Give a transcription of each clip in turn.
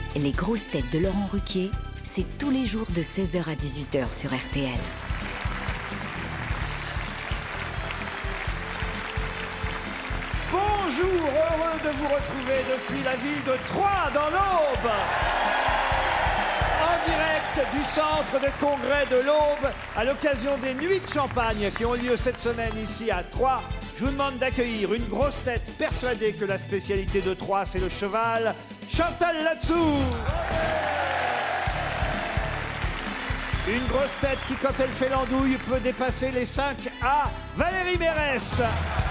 Les grosses têtes de Laurent Ruquier, c'est tous les jours de 16h à 18h sur RTL. Bonjour, heureux de vous retrouver depuis la ville de Troyes dans l'Aube. En direct du centre de congrès de l'Aube, à l'occasion des Nuits de Champagne qui ont lieu cette semaine ici à Troyes. Je vous demande d'accueillir une grosse tête persuadée que la spécialité de Troyes, c'est le cheval, Chantal Latsou. Une grosse tête qui, quand elle fait l'andouille, peut dépasser les 5 A, Valérie Mérès.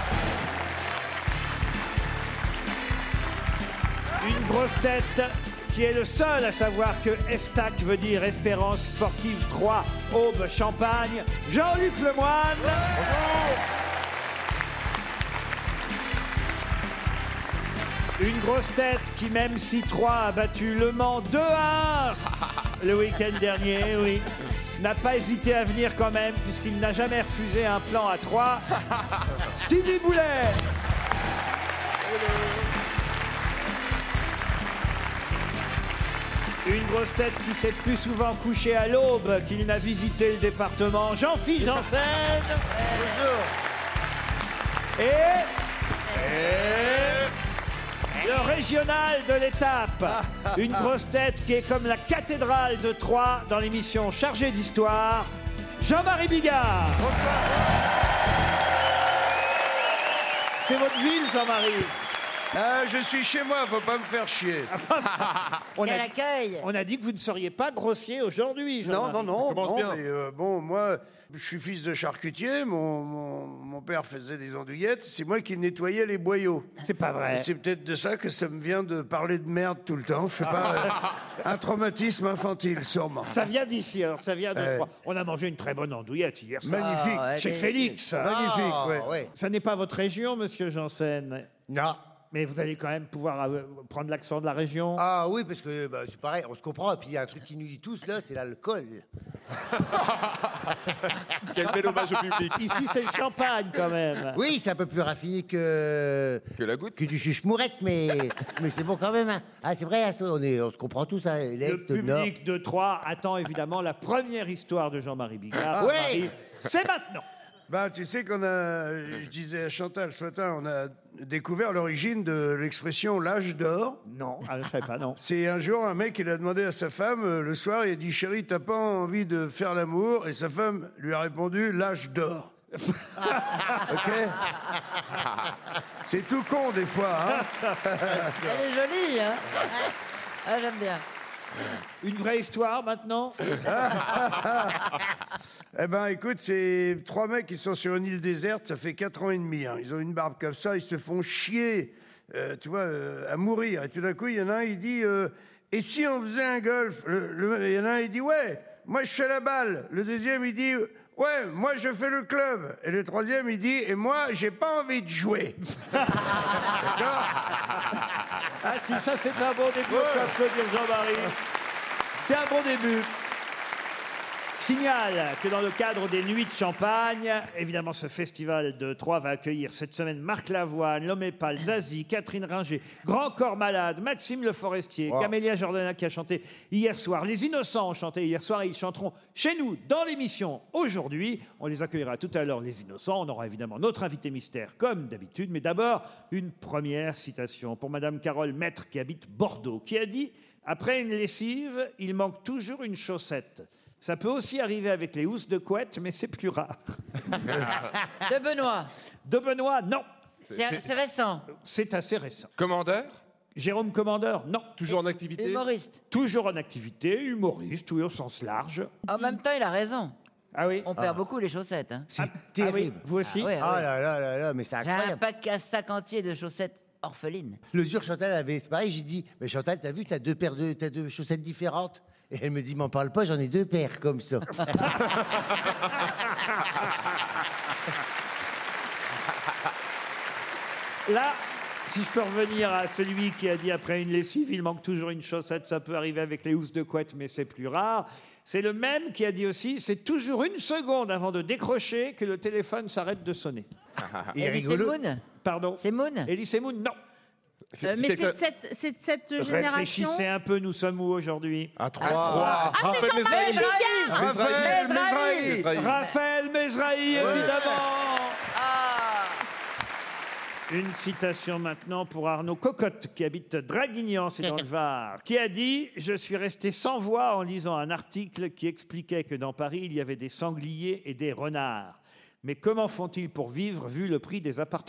Une grosse tête qui est le seul à savoir que ESTAC veut dire Espérance Sportive 3 Aube Champagne, Jean-Luc Lemoyne. Une grosse tête qui, même si 3 a battu Le Mans 2-1 le week-end dernier, oui, n'a pas hésité à venir quand même, puisqu'il n'a jamais refusé un plan à 3. Stevie Boulet. Une grosse tête qui s'est plus souvent couché à l'aube qu'il n'a visité le département, Jean-Philippe Janssen. Bonjour. Et le régional de l'étape. Une grosse tête qui est comme la cathédrale de Troyes dans l'émission Chargée d'Histoire, Jean-Marie Bigard. Bonsoir. C'est votre ville, Jean-Marie? Je suis chez moi, faut pas me faire chier. Quel accueil! On a dit que vous ne seriez pas grossier aujourd'hui, Jean-Marie. Non, mais bon, moi, je suis fils de charcutier, mon père faisait des andouillettes, c'est moi qui nettoyais les boyaux. C'est pas vrai. Et c'est peut-être de ça que ça me vient de parler de merde tout le temps, je sais pas, un traumatisme infantile, sûrement. Ça vient d'ici, alors, ça vient de Troyes. On a mangé une très bonne andouillette hier soir. Magnifique. Chez Félix. Magnifique, ouais. Ça n'est pas votre région, monsieur Janssen? Non. Mais vous allez quand même pouvoir prendre l'accent de la région. Ah oui, parce que c'est pareil, on se comprend. Et puis il y a un truc qui nous dit tous, là, c'est l'alcool. Quel bel hommage au public. Ici, c'est le champagne, quand même. Oui, c'est un peu plus raffiné que la goutte. que du chuche-mourette, mais c'est bon quand même. Hein. Ah, c'est vrai, on se comprend tous, hein, Le l'Est, le Nord. public de Troyes attend évidemment la première histoire de Jean-Marie Bigard. Oui. Jean-Marie, c'est maintenant. Tu sais je disais à Chantal ce matin, on a découvert l'origine de l'expression l'âge d'or. Non, je ne savais pas, non. C'est un jour, un mec, il a demandé à sa femme, le soir, il a dit « Chérie, t'as pas envie de faire l'amour ?» Et sa femme lui a répondu « L'âge d'or. » Ok. C'est tout con, des fois, hein. Elle est jolie, hein? Ah, j'aime bien. Une vraie histoire, maintenant? Eh ben, écoute, c'est 3 mecs qui sont sur une île déserte, ça fait 4 ans et demi. Hein. Ils ont une barbe comme ça, ils se font chier, tu vois, à mourir. Et tout d'un coup, il y en a un, il dit et si on faisait un golf? Il y en a un, il dit ouais, moi je fais la balle. Le deuxième, il dit ouais, moi je fais le club. Et le troisième, il dit et moi, j'ai pas envie de jouer. D'accord? Ah si, ça c'est un bon début, comme peut dire Jean-Marie. C'est un bon début. Signale que dans le cadre des Nuits de Champagne, évidemment ce festival de Troyes va accueillir cette semaine Marc Lavoine, Lomépal, Zazie, Catherine Ringer, Grand Corps Malade, Maxime Le Forestier, Camélia Jordana qui a chanté hier soir, Les Innocents ont chanté hier soir et ils chanteront chez nous dans l'émission aujourd'hui. On les accueillera tout à l'heure, Les Innocents. On aura évidemment notre invité mystère comme d'habitude, mais d'abord une première citation pour Madame Carole Maître qui habite Bordeaux, qui a dit « Après une lessive, il manque toujours une chaussette ». Ça peut aussi arriver avec les housses de couette, mais c'est plus rare. De Benoît. De Benoît, non. C'est récent. C'est assez récent. Commandeur. Jérôme Commandeur, non. Toujours en activité. Humoriste. Toujours en activité, humoriste, oui, au sens large. En même temps, il a raison. Ah oui. On perd beaucoup les chaussettes. Hein. C'est Ah oui, terrible. vous aussi. Ah ouais, Ah ouais. là, mais c'est J'ai un incroyable. pack à sac entier de chaussettes orphelines. Le jour, Chantal avait, c'est pareil, j'ai dit, mais Chantal, t'as vu, t'as deux chaussettes différentes. Et elle me dit, m'en parle pas, j'en ai 2 paires comme ça. Là, si je peux revenir à celui qui a dit après une lessive, il manque toujours une chaussette, ça peut arriver avec les housses de couette, mais c'est plus rare. C'est le même qui a dit aussi, c'est toujours 1 seconde avant de décrocher que le téléphone s'arrête de sonner. Il est Elie rigolo. Semoun. Pardon. C'est Moon. Elie Semoun, non. Mais c'est de cette génération. Réfléchissez un peu, nous sommes où aujourd'hui? À 3. Raphaël Mesrahi. Raphaël Mesrahi, évidemment. Une citation maintenant pour Arnaud Cocotte, qui habite Draguignan, c'est dans le Var, qui a dit « Je suis resté sans voix en lisant un article qui expliquait que dans Paris, il y avait des sangliers et des renards. Mais comment font-ils pour vivre vu le prix des appartements ?»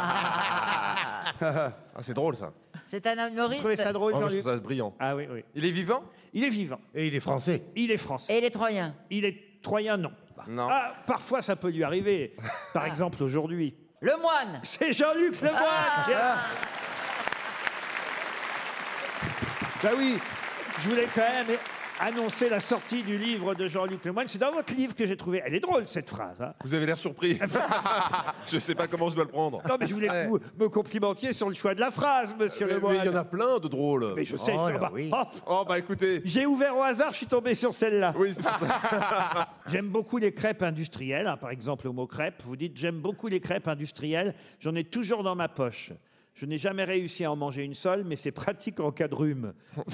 C'est drôle ça. C'est un Vous humoriste. trouvez ça drôle, Je Jean-Luc? trouve ça brillant. Ah oui, oui. Il est vivant? Il est vivant. Et il est français. Il est français. Et il est troyen. Il est troyen, non. Non. Ah, parfois, ça peut lui arriver. Par exemple, aujourd'hui. Le moine. C'est Jean-Luc Lemoyne qui a... Bah oui, je voulais quand même annoncer la sortie du livre de Jean-Luc Lemoyne. C'est dans votre livre que j'ai trouvé. Elle est drôle, cette phrase. Hein. Vous avez l'air surpris. Je sais pas comment je dois le prendre. Non, mais je voulais que vous me complimentiez sur le choix de la phrase, monsieur Mais Lemoyne. il y en a plein de drôles. Mais je sais. Oh là, bah, oui. Oh bah écoutez. J'ai ouvert au hasard, je suis tombé sur celle-là. Oui, c'est pour ça. J'aime beaucoup les crêpes industrielles. Hein, par exemple, le mot crêpe. Vous dites, j'aime beaucoup les crêpes industrielles. J'en ai toujours dans ma poche. Je n'ai jamais réussi à en manger une seule, mais c'est pratique en cas de rhume.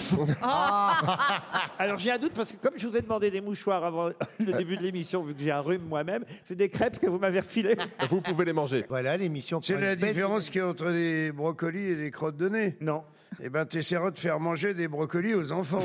Alors j'ai un doute, parce que comme je vous ai demandé des mouchoirs avant le début de l'émission, vu que j'ai un rhume moi-même, c'est des crêpes que vous m'avez refilées. Vous pouvez les manger. Voilà l'émission. C'est la différence qu'il y a entre les brocolis et les crottes de nez. Non. Eh ben, tu essaieras de faire manger des brocolis aux enfants.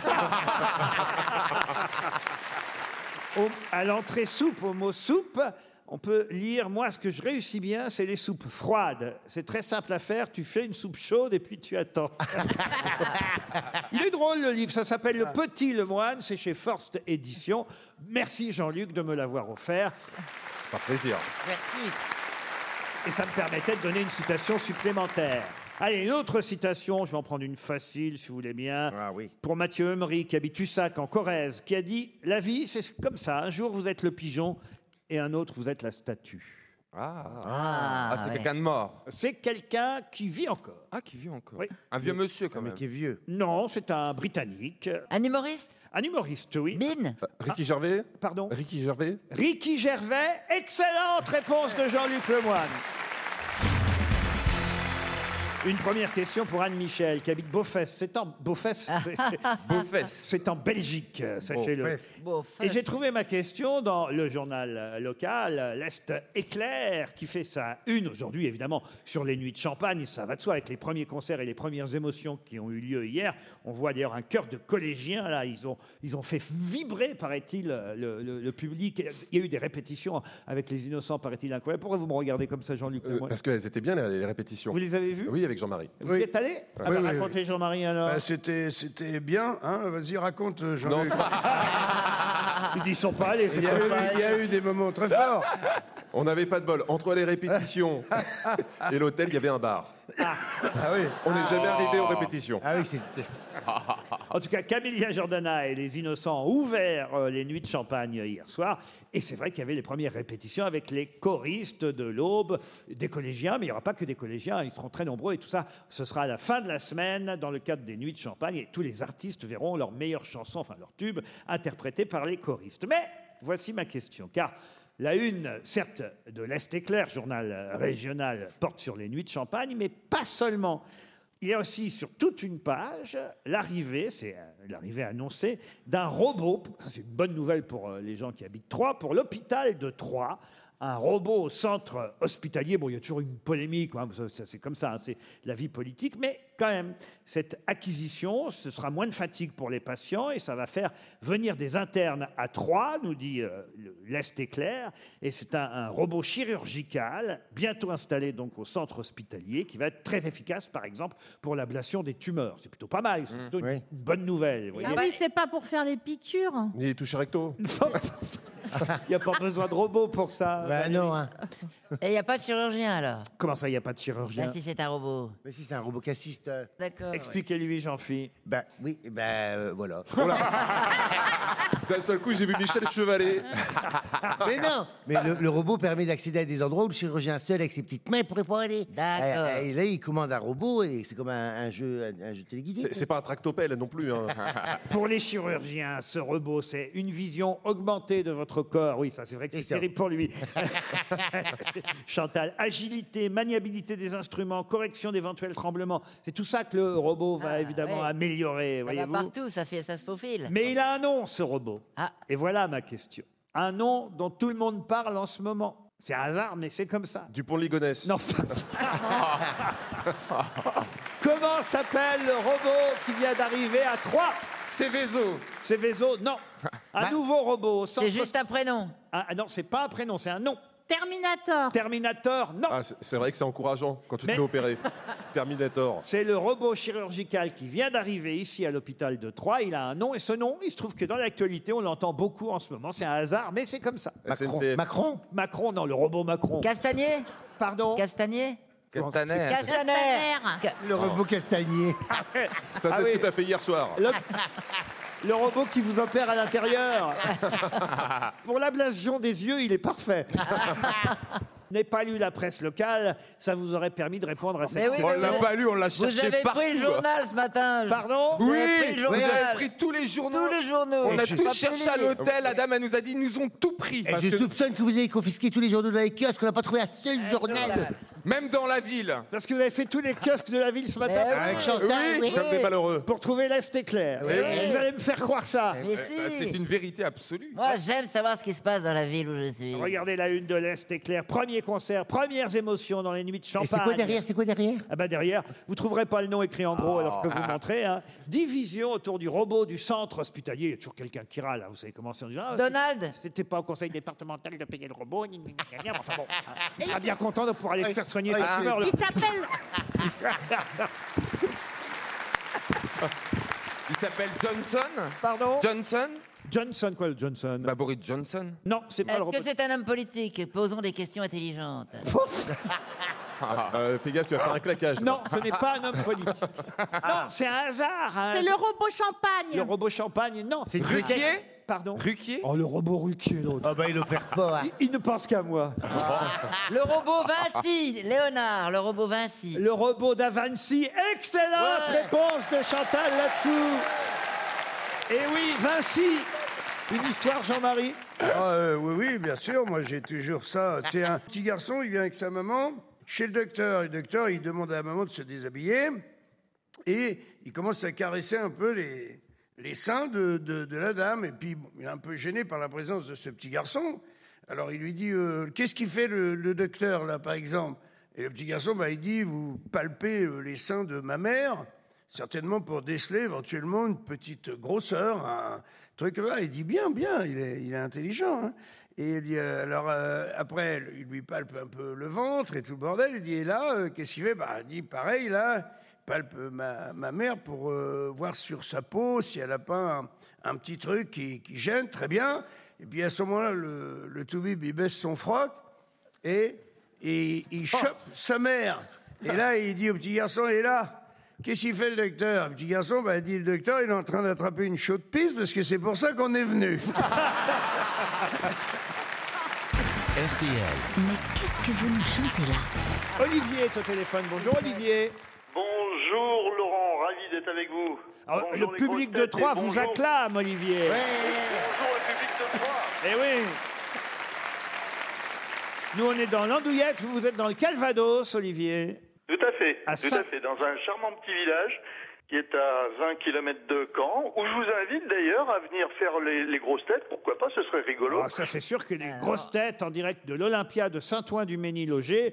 À l'entrée soupe, au mot soupe, on peut lire, moi, ce que je réussis bien, c'est les soupes froides. C'est très simple à faire. Tu fais une soupe chaude et puis tu attends. Il est drôle, le livre. Ça s'appelle Le Petit Lemoine. C'est chez Forst Éditions. Merci, Jean-Luc, de me l'avoir offert. Par plaisir. Merci. Et ça me permettait de donner une citation supplémentaire. Allez, une autre citation. Je vais en prendre une facile, si vous voulez bien. Ah oui. Pour Mathieu Emery, qui habite Ussac, en Corrèze, qui a dit « La vie, c'est comme ça. Un jour, vous êtes le pigeon. Et un autre, vous êtes la statue. » C'est ouais. quelqu'un de mort. C'est quelqu'un qui vit encore. Ah, qui vit encore. Oui. Un vieux monsieur quand Mais même. qui est vieux. Non, c'est un Britannique. Un humoriste. Un humoriste, oui. Bin. Ricky Gervais. Pardon. Ricky Gervais. Ricky Gervais. Excellente réponse de Jean-Luc Lemoyne. Une première question pour Anne Michel, qui habite Beaufesse. C'est en Beaufesse. C'est en Belgique, sachez-le. Et j'ai trouvé ma question dans le journal local, l'Est Éclair, qui fait sa une aujourd'hui, évidemment, sur les nuits de Champagne. Ça va de soi avec les premiers concerts et les premières émotions qui ont eu lieu hier. On voit d'ailleurs un chœur de collégiens, là. Ils ont fait vibrer, paraît-il, le public. Il y a eu des répétitions avec les Innocents, paraît-il, incroyable. Pourquoi vous me regardez comme ça, Jean-Luc Lemoyne? Parce qu'elles étaient bien les répétitions. Vous les avez vues? Oui, avec Jean-Marie. Vous y êtes allé? Ah bah, Oui, racontez, Jean-Marie, alors. Bah, c'était bien, hein. Vas-y, raconte, Jean-Luc. Ils y sont pas allés. Il y a eu des moments très forts. On n'avait pas de bol. Entre les répétitions et l'hôtel, il y avait un bar. Ah oui. On n'est jamais arrivé aux répétitions. Ah oui, c'était. En tout cas, Camélia Jordana et les Innocents ont ouvert les nuits de Champagne hier soir. Et c'est vrai qu'il y avait les premières répétitions avec les choristes de l'Aube, des collégiens, mais il n'y aura pas que des collégiens, ils seront très nombreux et tout ça, ce sera à la fin de la semaine dans le cadre des nuits de Champagne et tous les artistes verront leurs meilleures chansons, enfin leurs tubes, interprétés par les choristes. Mais voici ma question, car la une, certes, de l'Est Éclair, journal régional, porte sur les nuits de Champagne, mais pas seulement. Il y a aussi sur toute une page l'arrivée, c'est l'arrivée annoncée, d'un robot. C'est une bonne nouvelle pour les gens qui habitent Troyes, pour l'hôpital de Troyes. Un robot au centre hospitalier. Bon, il y a toujours une polémique, hein, c'est comme ça, hein, c'est la vie politique, mais quand même, cette acquisition, ce sera moins de fatigue pour les patients et ça va faire venir des internes à Troyes, nous dit l'Est Éclair, et c'est un robot chirurgical, bientôt installé donc au centre hospitalier, qui va être très efficace, par exemple, pour l'ablation des tumeurs. C'est plutôt pas mal, c'est plutôt une bonne nouvelle. Vous Ah voyez. oui, c'est pas pour faire les piqûres. Il est touché recto. Il n'y a pas besoin de robot pour ça. Bah Valérie. non, hein. Et il n'y a pas de chirurgien alors. Comment ça, il n'y a pas de chirurgien? Là, si c'est un robot. Mais si c'est un robot qui assiste. D'accord. Expliquez-lui, Jean-Philippe. Ben oui, voilà. D'un seul coup, j'ai vu Michel Chevalet. Mais non. Mais le robot permet d'accéder à des endroits où le chirurgien seul avec ses petites mains pourrait pas aller. D'accord. Et là, il commande un robot et c'est comme un jeu téléguidé. C'est pas un tractopelle non plus. Hein. Pour les chirurgiens, ce robot, c'est une vision augmentée de votre votre corps. Oui, ça c'est vrai que c'est ça. terrible pour lui. Chantal, agilité, maniabilité des instruments, correction d'éventuels tremblements. C'est tout ça que le robot va évidemment ouais. améliorer, Ça va voyez-vous. partout, ça se faufile. Mais il a un nom, ce robot. Ah. Et voilà ma question. Un nom dont tout le monde parle en ce moment. C'est un hasard, mais c'est comme ça. Dupont-Ligonnès. Non. Comment s'appelle le robot qui vient d'arriver à Troyes? Céveso. Céveso, non. Un nouveau robot. au centre C'est juste un prénom. Ah non, c'est pas un prénom, c'est un nom. Terminator. Terminator, non. Ah, c'est vrai que c'est encourageant quand tu te Mais- fais opérer. Terminator. C'est le robot chirurgical qui vient d'arriver ici à l'hôpital de Troyes. Il a un nom et ce nom, il se trouve que dans l'actualité, on l'entend beaucoup en ce moment. C'est un hasard, mais c'est comme ça. SNCF. Macron. Macron, non, le robot Macron. Castagnier. Pardon. Castagnier. Castaner. Castaner. Le robot Castagnier. Ça, c'est Ah ce oui. que tu as fait hier soir. Le robot qui vous opère à l'intérieur. Pour l'ablation des yeux, il est parfait. N'ayez pas lu la presse locale, ça vous aurait permis de répondre à cette Mais oui, question. On l'a pas lu, on l'a Vous cherché avez partout. pris le journal ce matin. Pardon. Vous Oui, avez pris le vous journal. avez pris tous les journaux. Tous les journaux. On a J'ai tout pas cherché à payé. l'hôtel. La dame, elle nous a dit, ils nous ont tout pris. Et je soupçonne que vous avez confisqué tous les journaux de la kiosque, on n'a pas trouvé un seul journal. Même dans la ville. Parce que vous avez fait tous les kiosques de la ville ce matin Eh oui. Avec Chantal, oui. Comme des malheureux. pour trouver l'Est éclair. Oui. Vous allez me faire croire ça. Mais C'est si. une vérité absolue. Moi, j'aime savoir ce qui se passe dans la ville où je suis. Regardez la une de l'Est éclair. Premier concert, premières émotions dans les nuits de Et Champagne. c'est quoi derrière? C'est quoi derrière? Ah bah derrière, vous trouverez pas le nom écrit en gros, alors je peux vous montrer. Hein. Division autour du robot du centre hospitalier. Il y a toujours quelqu'un qui râle, là. Vous savez comment c'est en disant, Donald. c'était pas au conseil départemental de payer le robot. Enfin bon, il sera bien content de pouvoir aller se faire soigner ses tumeurs. Il s'appelle Il s'appelle Johnson. Pardon. Johnson. Johnson, quoi le Johnson? Bah, Boris Johnson. Non, c'est pas le Est-ce robot. que c'est un homme politique? Posons des questions intelligentes. Fais gaffe, tu vas faire un claquage. Non, ce n'est pas un homme politique. Non, c'est un hasard. Hein. C'est le robot champagne. Le robot champagne, non. C'est une Ruquier. Pardon. Ruquier. Oh, le robot Ruquier, l'autre. Oh bah il opère pas. hein. Il ne pense qu'à moi. Le robot Vinci. Léonard, le robot Vinci. Le robot d'Avanci. Excellente Ouais. réponse de Chantal là-dessous. Et oui, Vinci. Une histoire, Jean-Marie? Oui, oui, bien sûr. Moi, j'ai toujours ça. C'est un petit garçon, il vient avec sa maman chez le docteur. Le docteur, il demande à la maman de se déshabiller et il commence à caresser un peu les seins de la dame. Et puis, bon, il est un peu gêné par la présence de ce petit garçon. Alors, il lui dit qu'est-ce qu'il fait le docteur, là, par exemple? Et le petit garçon, bah, il dit vous palpez les seins de ma mère, certainement pour déceler éventuellement une petite grosseur, un truc là. Il dit bien, il est intelligent. Hein. Et il dit, après, il lui palpe un peu le ventre et tout le bordel. Il dit, et là, qu'est-ce qu'il fait? Bah, il dit, pareil, là, il palpe ma mère pour voir sur sa peau si elle n'a pas un petit truc qui gêne, très bien. Et puis à ce moment-là, le toubib, il baisse son froc et il chope sa mère. Et là, il dit au petit garçon, et là, qu'est-ce qu'il fait le docteur? Le petit garçon, bah, il dit, le docteur, il est en train d'attraper une chaude pisse parce que c'est pour ça qu'on est venu. RTL. Mais qu'est-ce que vous nous chantez là? Olivier est au téléphone. Bonjour, Olivier. Bonjour Laurent, ravi d'être avec vous. Alors, Bonjour, le les public grosses de têtes, et Troyes vous bonjour- acclame, Olivier. Bonjour le public de Troyes. Eh oui. Nous, on est dans l'Andouillette, vous êtes dans le Calvados, Olivier. Tout à fait, À tout Saint- à fait, dans un charmant petit village qui est à 20 km de Caen, où je vous invite d'ailleurs à venir faire les grosses têtes, pourquoi pas, ce serait rigolo. Ah, ça, c'est sûr que les grosses têtes en direct de l'Olympia de Saint-Ouen-du-Ménil-Logé,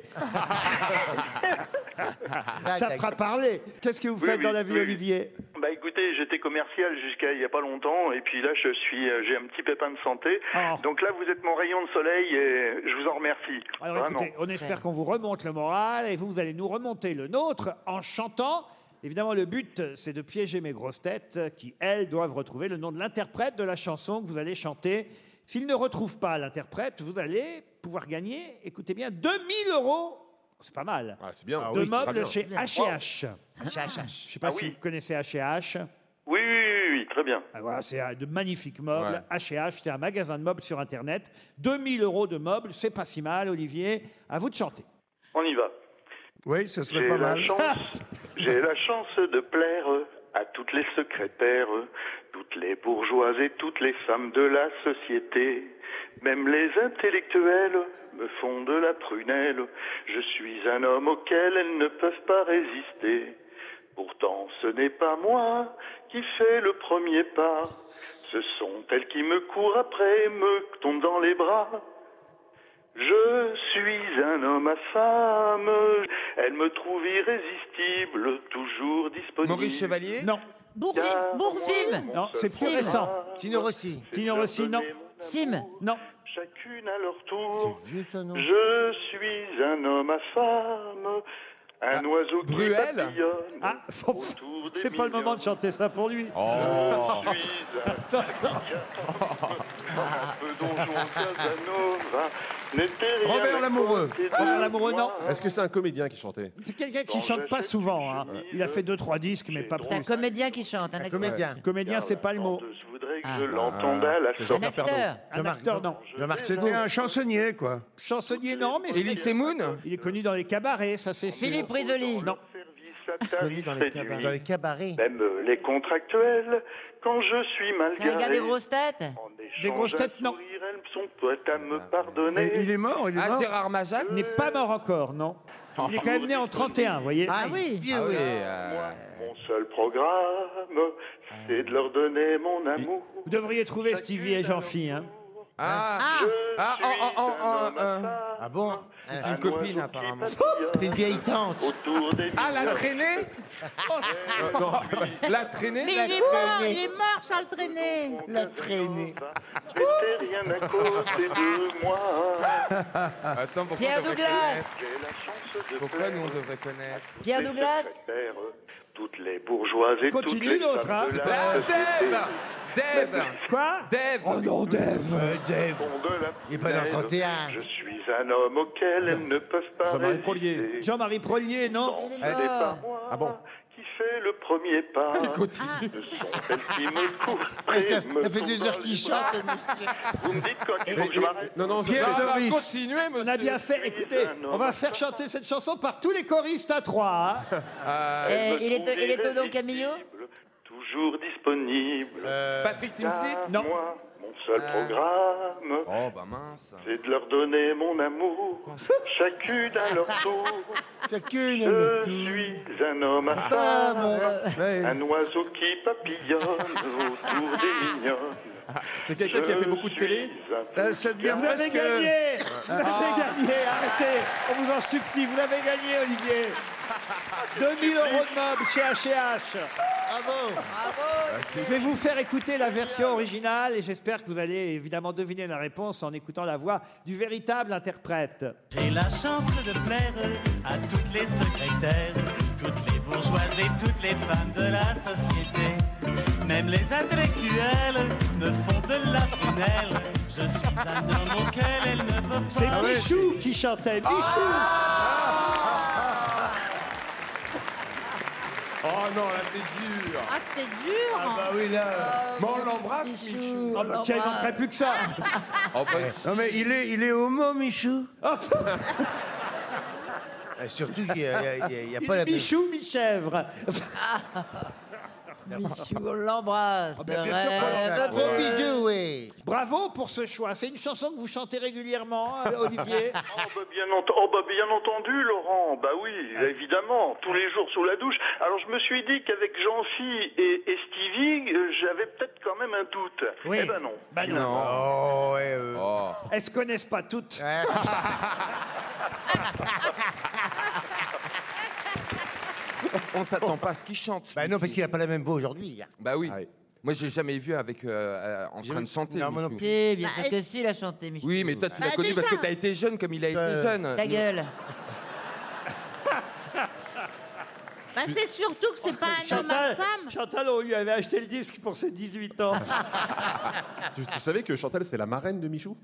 ça fera parler. Qu'est-ce que vous Oui, faites oui, dans la vie, oui. Olivier? Bah écoutez, j'étais commercial jusqu'à il y a pas longtemps, et puis là j'ai un petit pépin de santé, Oh. donc là vous êtes mon rayon de soleil et je vous en remercie. Alors Vraiment. écoutez, on espère qu'on vous remonte le moral et vous allez nous remonter le nôtre en chantant. Évidemment, le but, c'est de piéger mes grosses têtes qui, elles, doivent retrouver le nom de l'interprète de la chanson que vous allez chanter. S'ils ne retrouvent pas l'interprète, vous allez pouvoir gagner, écoutez bien, 2000 €. C'est pas mal. Ah, c'est bien. De Oui, très meubles bien. chez H&H. Je ne sais pas Ah si oui. vous connaissez H&H. Oui, très bien. Ah, voilà, c'est de magnifiques meubles. Ouais. H&H, c'est un magasin de meubles sur Internet. 2000 € de meubles, c'est pas si mal, Olivier. À vous de chanter. On y va. Oui, ce serait J'ai pas la mal. chance, j'ai la chance de plaire à toutes les secrétaires, Toutes les bourgeoises et toutes les femmes de la société, même les intellectuels, me font de la prunelle. Je suis un homme auquel elles ne peuvent pas résister. Pourtant, ce n'est pas moi qui fais le premier pas. Ce sont elles qui me courent après, me tombent dans les bras. Je suis un homme à femme, elle me trouve irrésistible, toujours disponible. Maurice Chevalier? Non. Sim. Non, c'est plus récent. Tino Rossi. Tino Rossi, non. Sim. Non. Chacune à leur tour. C'est vieux, ça, non? Je suis un homme à femme, un oiseau qui Bruel? papillonne. Ah, autour des c'est pas le moment de mignonnes. chanter ça pour lui. Oh. Je suis un peu donjon Casanova. N'était rien Robert à Lamoureux. côté de Robert Lamoureux, non. moi. Est-ce que c'est un comédien qui chantait? C'est quelqu'un qui chante pas souvent. Hein. Il a fait 2-3 disques, mais pas C'est un plus. comédien qui chante, un acteur. Comédien. Comédien, c'est pas le mot. Je voudrais que Ah. je l'entende à la C'est sortie. Un Jean-Pierre Pernaut. acteur. Un acteur, non. Jean-Marc Sego. C'était un chansonnier, quoi. Chansonnier, non, mais Elise Moon? il est connu dans les cabarets, ça c'est sûr. Philippe Risoli. Non. Connu dans les cabarets. Dans les cabarets. Même les contractuels, quand je suis mal C'est un gars garé. des grosses têtes. En échange Des grosses d'un têtes, non. sourire, elles sont prêtes à me Et pardonner. il est mort, il est Ah, mort. Gérard Majax? Il n'est pas mort encore, non. Il est quand même né en 31, vous voyez. Ah oui. vieux, Ah oui, Moi, mon seul programme, c'est de leur donner mon amour. Vous devriez trouver Stevie et Jean-Phi. Hein. Ah, Je Ah, suis oh, oh, un oh, homme à oh, femme, Ah bon? c'est un une copine oiseau qui apparemment. papillonne C'est une vieille tante. autour des Ah, la mignonnes. traînée? La traînée? Mais la- il est mort, Charles Trenet. La traînée. C'était rien à côté de moi. Attends, pourquoi Pierre on devrait Douglas. connaître? J'ai la chance de Pourquoi nous on devrait connaître? Pierre les Douglas. secrétaires, toutes les bourgeoises et Continue, toutes les l'autre, femmes hein. de la Ah, société Dave! Quoi Dave! Oh non, Dave. Dave. font de la Il est pas dans le prunelle. 31. Je suis un homme auquel elles ne peuvent pas Jean-Marie Prolier. résister. Jean-Marie Prolier, non. Il est Ce n'est pas mort. moi Ah bon qui fait le premier pas. Continue. Ce sont elles qui me courent. Et ça me fait font 2 dans heures qu'il les chante. bras. ce monsieur. Vous me dites quoi qu'il faut que je m'arrête? Non, non, Pierre Non, non, Doris. continuez, monsieur. On a bien fait. Écoutez, on va faire chanter cette chanson par tous les choristes à 3. Hein. Elles me Il trouvent est au Don Camillo. irrésistible, toujours disponible. Patrick Timsit? Non. Moi, mon seul programme, Oh, bah mince. c'est de leur donner mon amour, chacune à leur tour. Chacune. Je suis un homme à femme, Ouais. un oiseau qui papillonne autour des mignonnes. C'est quelqu'un qui a fait beaucoup de télé? Ça devient Vous avez presque... gagné. Vous avez gagné. Arrêtez. On vous en supplie. Vous l'avez gagné, Olivier. 2000 € de meubles chez H&H. Bravo. Je vais vous faire écouter la version originale et j'espère que vous allez évidemment deviner la réponse en écoutant la voix du véritable interprète. J'ai la chance de plaire à toutes les secrétaires, toutes les bourgeoises et toutes les femmes de la société. Même les intellectuels me font de la prunelle. Je suis un homme auquel elles ne peuvent C'est pas. Michou qui chantait. Michou. Oh non, là c'est dur. Ah, c'est dur. Ah bah oui, là. Mais on l'embrasse, Michou. Ah bah tiens, il manquerait plus que ça. Oh, bah, Non mais il est homo, Michou. Surtout qu'il n'y a pas la... Michou, mi-chèvre. Michou, on l'embrasse. bien sûr qu'on Rêve l'embrasse. Gros bleu. bisous, oui. Bravo pour ce choix. C'est une chanson que vous chantez régulièrement, Olivier. Oh bah bien entendu, Laurent. Bah oui, évidemment, tous les jours sous la douche. Alors je me suis dit qu'avec Jean-Phi et Stevie, j'avais peut-être quand même un doute. Oui. Eh ben non. Bah non. non. Oh, ouais. Oh. Elles se connaissent pas toutes. On s'attend pas à ce qu'il chante. Bah non, parce qu'il n'a pas la même voix aujourd'hui. Bah oui. Ah oui. Moi, j'ai jamais vu avec en train de chanter. Non, moi non Michou. Si, bien Bah, sûr que si, il a chanté, Michou. Oui, mais toi, tu l'as Bah, connu déjà. parce que t'as été jeune comme il a été jeune. Ta gueule. Bah, c'est surtout que c'est pas un homme à femme. Chantal, on lui avait acheté le disque pour ses 18 ans. Tu savais que Chantal, c'est la marraine de Michou?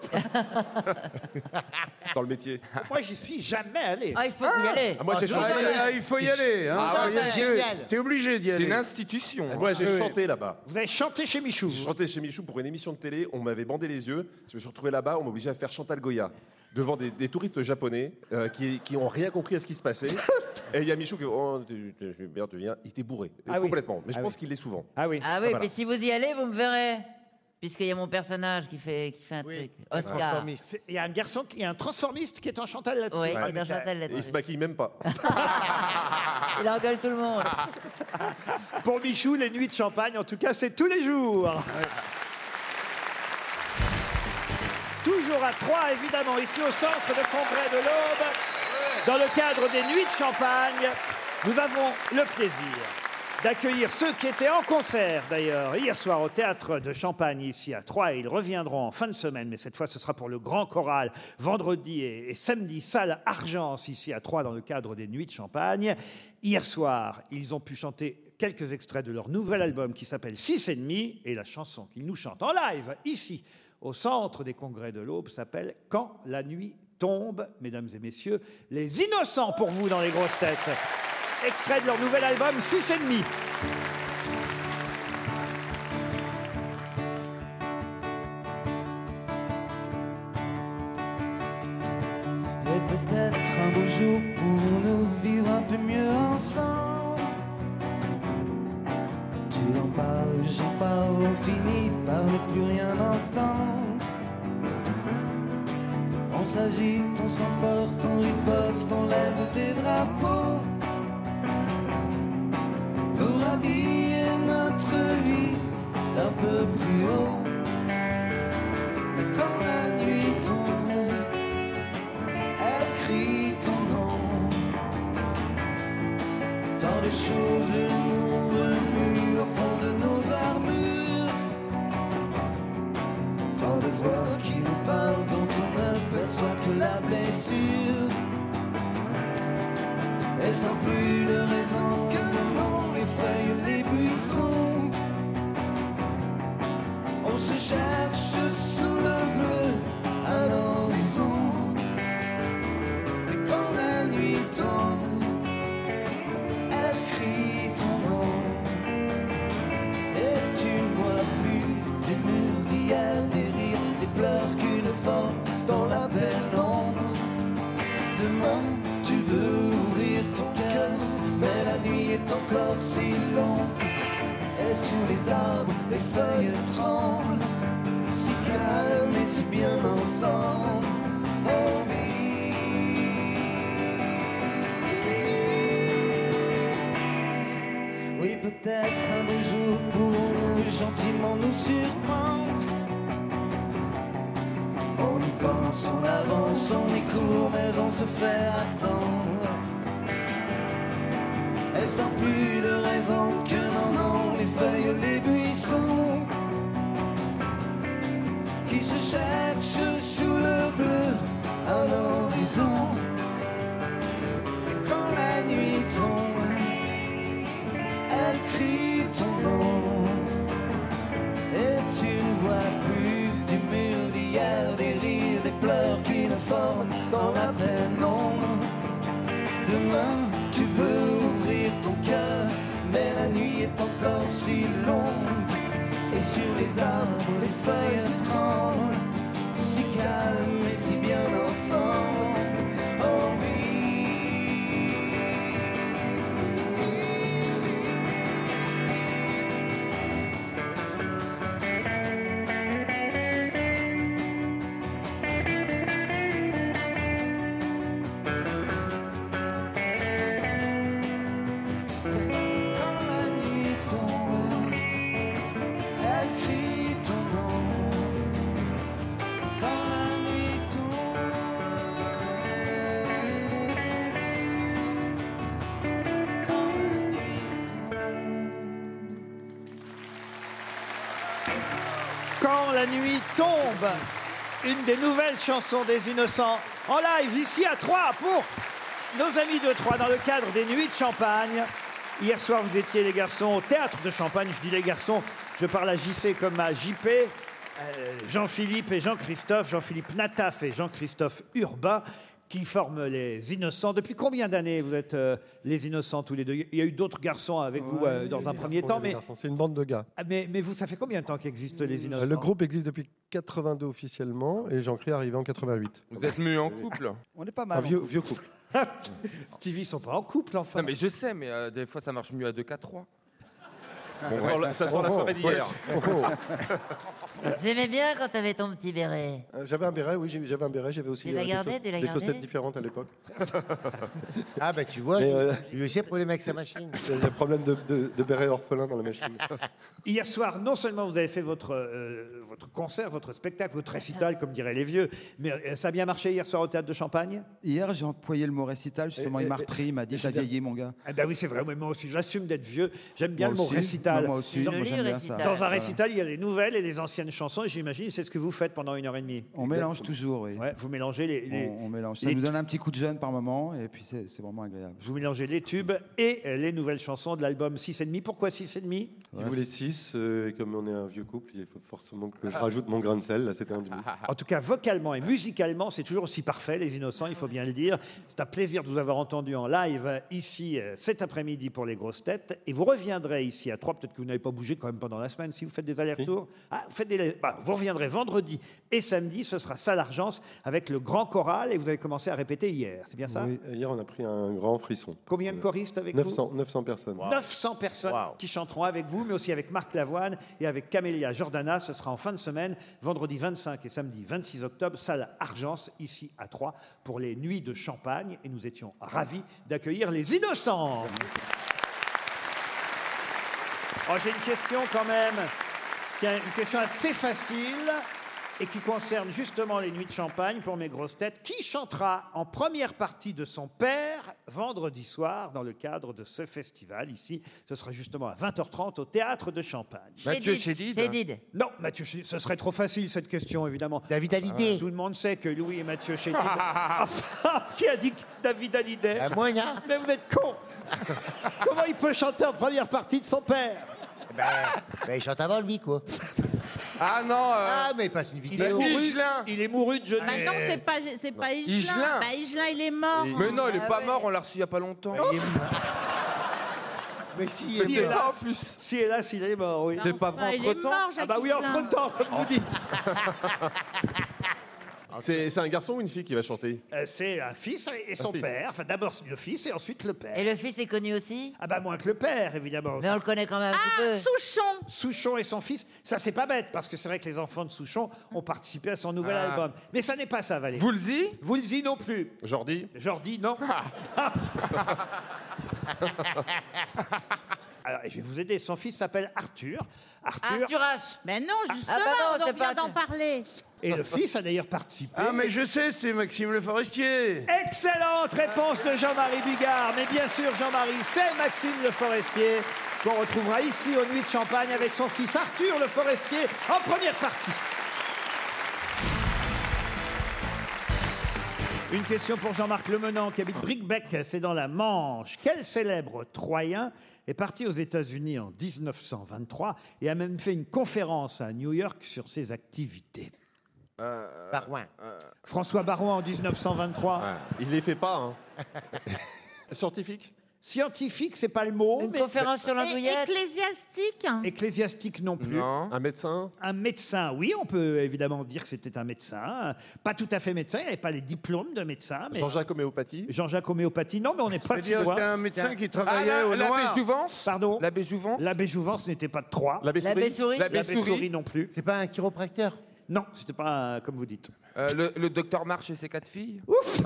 Dans le métier. Moi, j'y suis jamais allé. Ah, il faut y aller. Ah, moi, j'ai chanté. Il faut y aller. Hein. Ah, ouais, c'est génial. T'es obligé d'y C'est aller. une institution. Moi, j'ai Oui. chanté là-bas. Vous avez chanté chez Michou. J'ai chanté chez Michou pour une émission de télé. On m'avait bandé les yeux. Je me suis retrouvé là-bas. On m'a obligé à faire Chantal Goya devant des touristes japonais qui ont rien compris à ce qui se passait. Et il y a Michou qui tu viens, il était bourré. Ah oui. Complètement. Mais je Ah pense oui. qu'il l'est souvent. Ah oui. Ah oui, Voilà. mais si vous y allez, vous me verrez. Puisqu'il y a mon personnage qui fait un truc. Oscar. Il y a un garçon, il y a un transformiste qui est en Chantal là-dessus. Oui, Ah, il est dans Chantal Et là-dessus. il se maquille même pas. Il engueule tout le monde. Pour Michou, les nuits de champagne, en tout cas, c'est tous les jours. Toujours à Troyes, évidemment, ici au centre de congrès de l'Aube, dans le cadre des nuits de champagne, nous avons le plaisir d'accueillir ceux qui étaient en concert, d'ailleurs, hier soir au Théâtre de Champagne, ici à Troyes. Ils reviendront en fin de semaine, mais cette fois, ce sera pour le Grand Choral, vendredi et samedi, salle Argence, ici à Troyes, dans le cadre des Nuits de Champagne. Hier soir, ils ont pu chanter quelques extraits de leur nouvel album qui s'appelle 6 et demi, et la chanson qu'ils nous chantent en live, ici, au centre des congrès de l'Aube, s'appelle « Quand la nuit tombe ». Mesdames et messieurs, les innocents pour vous dans les grosses têtes. Extrait de leur nouvel album 6 et demi. Et peut-être un beau jour pourrons-nous vivre un peu mieux ensemble. Tu en parles, j'en parle, on finit par ne plus rien entendre. On s'agite, on s'emporte, on riposte, on lève des drapeaux pour habiller notre vie d'un peu plus haut. Mais quand la nuit tombe, elle crie ton nom. Tant de choses nous remuent au fond de nos armures. Tant de voix qui nous parlent dont on ne perçoit que la blessure. Et sans plus de raison que le nom, les feuilles, les buissons. On se cherche sous le bleu à l'horizon. Et quand la nuit tombe, elle crie ton nom. Et tu ne vois plus des murs d'hier, des rires, des pleurs qu'une forme dans la pénombre. Demain, tu veux ouvrir ton cœur, mais la nuit est encore si longue. Et sous les arbres, les feuilles tremblent, si calme et si bien ensemble. Oh oui, peut-être un beau jour pourrons-nous gentiment nous surprendre. On y pense, on avance, on y court, mais on se fait attendre. Et sans plus de raison que non, les feuilles, les buissons qui se cherchent sous le bleu à l'horizon. Et quand la nuit tombe, elle crie ton nom. Et tu ne vois plus des murs d'hier, des rires, des pleurs qui ne forment dans la pénombre. Demain, tu veux ouvrir ton cœur, mais la nuit est encore si longue. Et sur les arbres, les feuilles tremblent, si calme et si bien ensemble. Oh Quand la nuit tombe, une des nouvelles chansons des Innocents en live ici à Troyes pour nos amis de Troyes dans le cadre des Nuits de Champagne. Hier soir, vous étiez les garçons au Théâtre de Champagne. Je dis les garçons, je parle à JC comme à JP. Jean-Philippe et Jean-Christophe, Jean-Philippe Nataf et Jean-Christophe Urbain, qui forment les Innocents. Depuis combien d'années vous êtes les Innocents tous les deux? Il y a eu d'autres garçons avec vous dans un premier temps, mais c'est une bande de gars. mais vous, ça fait combien de temps qu'existent les Innocents? Le groupe existe depuis 82 officiellement et Jean-Cri est arrivé en 88. Vous êtes mu en couple? On est pas Un mal. vieux couple. Stevie, ils sont pas en couple, enfin. Non, mais je sais, mais des fois, ça marche mieux à 2 qu'à 3. Bon, ça sent la soirée d'hier. J'aimais bien quand t'avais ton petit béret. J'avais un béret, oui, j'avais un béret. J'avais aussi Tu l'as gardé, tu l'as des gardé chaussettes différentes à l'époque. Ah bah tu vois, Mais, lui aussi a problème avec sa machine. Il y a un problème de béret orphelin dans la machine. Hier soir, non seulement vous avez fait votre concert, votre spectacle, votre récital, comme diraient les vieux, mais ça a bien marché hier soir au Théâtre de Champagne. Hier, j'ai employé le mot récital, justement, il m'a repris, il m'a dit « t'as vieilli, mon gars ». Ah ben oui, c'est vrai, mais moi aussi, j'assume d'être vieux. J'aime bien Moi le mot aussi. récital. Moi aussi, moi j'aime bien ça. Dans un récital, il y a les nouvelles et les anciennes chansons, et j'imagine c'est ce que vous faites pendant 1h30. On mélange toujours, oui. Ouais, vous mélangez les... On mélange. Ça nous donne un petit coup de jeune par moment, et puis c'est vraiment agréable. Vous mélangez les tubes et les nouvelles chansons de l'album 6,5. Pourquoi 6,5 Il voulait 6, et comme on est un vieux couple, il faut forcément que je rajoute mon grain de sel. Là, c'était un demi. En tout cas, vocalement et musicalement, c'est toujours aussi parfait, Les Innocents, il faut bien le dire. C'est un plaisir de vous avoir entendu en live ici cet après-midi pour les grosses têtes. Et vous reviendrez ici à 3. Peut-être que vous n'avez pas bougé quand même pendant la semaine si vous faites des allers-retours. Ah, vous reviendrez vendredi et samedi. Ce sera Salle Argence avec le grand choral. Et vous avez commencé à répéter hier. C'est bien ça? Oui, hier, on a pris un grand frisson. Combien de choristes avec 900 personnes. 900 personnes qui chanteront avec vous, mais aussi avec Marc Lavoine et avec Camélia Jordana. Ce sera en fin de semaine, vendredi 25 et samedi 26 octobre, salle Argence, ici à Troyes, pour les Nuits de Champagne. Et nous étions ravis d'accueillir les Innocents. Oh, j'ai une question quand même, une question assez facile et qui concerne justement les Nuits de Champagne pour mes grosses têtes. Qui chantera en première partie de son père vendredi soir dans le cadre de ce festival ici? Ce sera justement à 20h30 au Théâtre de Champagne. Mathieu Chédid. Non, Mathieu Chédid, ce serait trop facile cette question évidemment. David Hallyday. Tout le monde sait que Louis et Mathieu Chédid. Enfin, qui a dit que David Hallyday? Moi, non. Mais vous êtes con. Comment il peut chanter en première partie de son père? Ben, il chante avant lui, quoi. Ah non Ah, mais il passe une vidéo. Il est mouru de jeunesse. Bah non, c'est pas Higelin. Higelin. Bah Higelin, il est mort. Mais non, il est pas mort, on l'a reçu il y a pas longtemps. Mais si, Si il est mort. hélas, si hélas, il est mort, oui. C'est pas vrai Il est entre-temps. mort, Ah Jacques bah oui, Higelin. entre-temps, comme vous dites. C'est un garçon ou une fille qui va chanter? C'est un fils et son fils. père. Enfin, d'abord le fils et ensuite le père. Et le fils est connu aussi? Ah bah moins que le père, évidemment. Mais on le connaît quand même un petit peu. Souchon. Souchon et son fils, ça c'est pas bête, parce que c'est vrai que les enfants de Souchon ont participé à son nouvel album. Mais ça n'est pas ça, Valérie. Woolsey? Woolsey non plus. Jordi? Jordi, non. Alors, je vais vous aider. Son fils s'appelle Arthur. Arthur H. Mais non, justement, Ah bah non, on c'est vient pas- d'en parler. Et le fils a d'ailleurs participé. Ah, mais je sais, c'est Maxime Le Forestier. Excellente réponse de Jean-Marie Bigard. Mais bien sûr, Jean-Marie, c'est Maxime Le Forestier qu'on retrouvera ici aux Nuits de Champagne avec son fils Arthur Le Forestier en première partie. Une question pour Jean-Marc Lemenant qui habite Bricbec, c'est dans la Manche. Quel célèbre Troyen est parti aux États-Unis en 1923 et a même fait une conférence à New York sur ses activités? Barouin. François Barouin en 1923. Il les fait pas, hein. Scientifique? Scientifique, c'est pas le mot. Une mais conférence sur l'andouillette? Ecclésiastique. Ecclésiastique non plus. Non. Un médecin? Un médecin, oui, on peut évidemment dire que c'était un médecin. Pas tout à fait médecin, il n'avait pas les diplômes de médecin. Mais... Jean-Jacques Homéopathie? Jean-Jacques Homéopathie, non, mais on n'est pas si C'est-à-dire, loin. c'était un médecin qui Ah, travaillait au l'abbé noir. Jouvence? Pardon? L'abbé Jouvence? L'abbé Jouvence n'était pas de Troyes. L'abbé L'abbé Souris? Souris? L'abbé L'abbé Souris? Souris non plus. C'est pas un chiropracteur? Non, c'était pas comme vous dites. Le docteur March et ses 4 filles?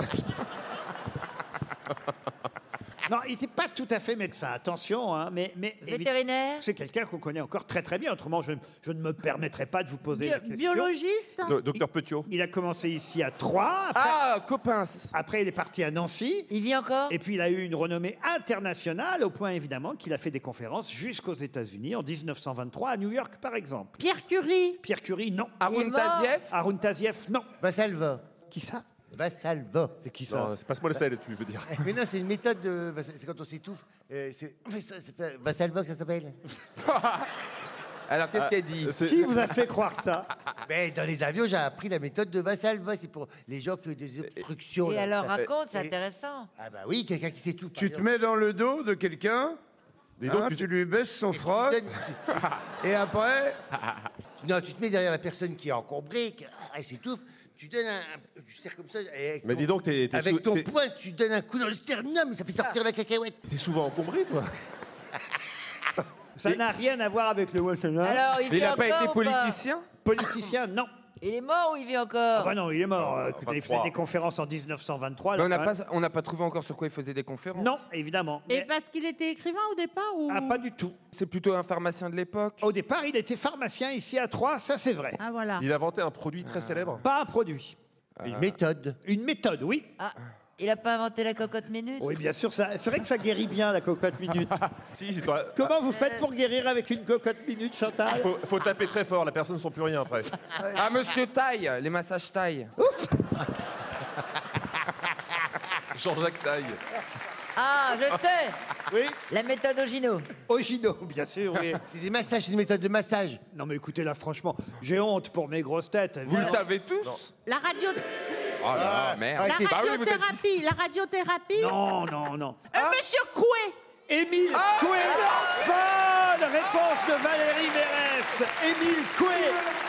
Non, il n'était pas tout à fait médecin, attention, hein, mais Vétérinaire? c'est quelqu'un qu'on connaît encore très très bien. Autrement, je ne me permettrai pas de vous poser la question. Biologiste. Docteur Petiot? Il a commencé ici à Troyes. Après, Ah, copains. après, il est parti à Nancy. Il vit encore? Et puis, il a eu une renommée internationale, au point évidemment qu'il a fait des conférences jusqu'aux États-Unis en 1923, à New York par exemple. Pierre Curie. Pierre Curie, non. Haroun Tazieff? Haroun Tazieff, non. Vassalva. Qui ça? Vassalva. C'est qui ça? Non, c'est passe-moi le sel, tu veux dire. Mais non, c'est une méthode de. C'est quand on s'étouffe. On fait ça, Vassalva, que ça s'appelle. Alors, qu'est-ce qu'elle dit? Qui vous a fait croire ça? Mais dans les avions, j'ai appris la méthode de Vassalva. C'est pour les gens qui ont des obstructions. Et là. alors raconte, c'est Et- intéressant. Ah bah oui, quelqu'un qui s'étouffe. Tu te mets dans le dos de quelqu'un, tu lui baisses son froc, et après, Non, tu te mets derrière la personne qui est encombrée, elle s'étouffe. tu donnes tu serres comme ça. Et avec Mais dis donc, avec ton poing, tu donnes un coup dans le sternum, ça fait sortir la cacahuète. T'es souvent encombré, toi. Ça n'a rien à voir avec le Washington. Alors, il n'a pas été encore ou pas politicien Politicien, non. Il est mort ou il vit encore? Ah bah non, il est mort. Écoutez, il faisait des conférences en 1923. Mais là, on n'a pas trouvé encore sur quoi il faisait des conférences. Non, évidemment. Et parce qu'il était écrivain au départ ou... Ah, pas du tout. C'est plutôt un pharmacien de l'époque. Au départ, il était pharmacien ici à Troyes, ça c'est vrai. Ah voilà. Il a inventé un produit très célèbre. Pas un produit. Une méthode. Une méthode, oui. Ah, il a pas inventé la cocotte minute? Oui, bien sûr, c'est vrai que ça guérit bien la cocotte minute. Si, c'est toi. Comment vous faites pour guérir avec une cocotte minute, Chantal? Faut taper très fort, la personne ne sent plus rien après. Ah, monsieur Taille, les massages Taille. Jean-Jacques Taille. Ah, je sais. Oui. La méthode Ogino. Ogino, bien sûr, oui. C'est des massages, c'est une méthode de massage. Non mais écoutez là, franchement, j'ai honte pour mes grosses têtes. Vous le savez tous? La radio... Oh là, merde. La Bah oui, vous êtes- radiothérapie, la radiothérapie. Non, non, non. Monsieur Coué. Émile Coué. Bonne réponse de Valérie Mérès. Émile Coué.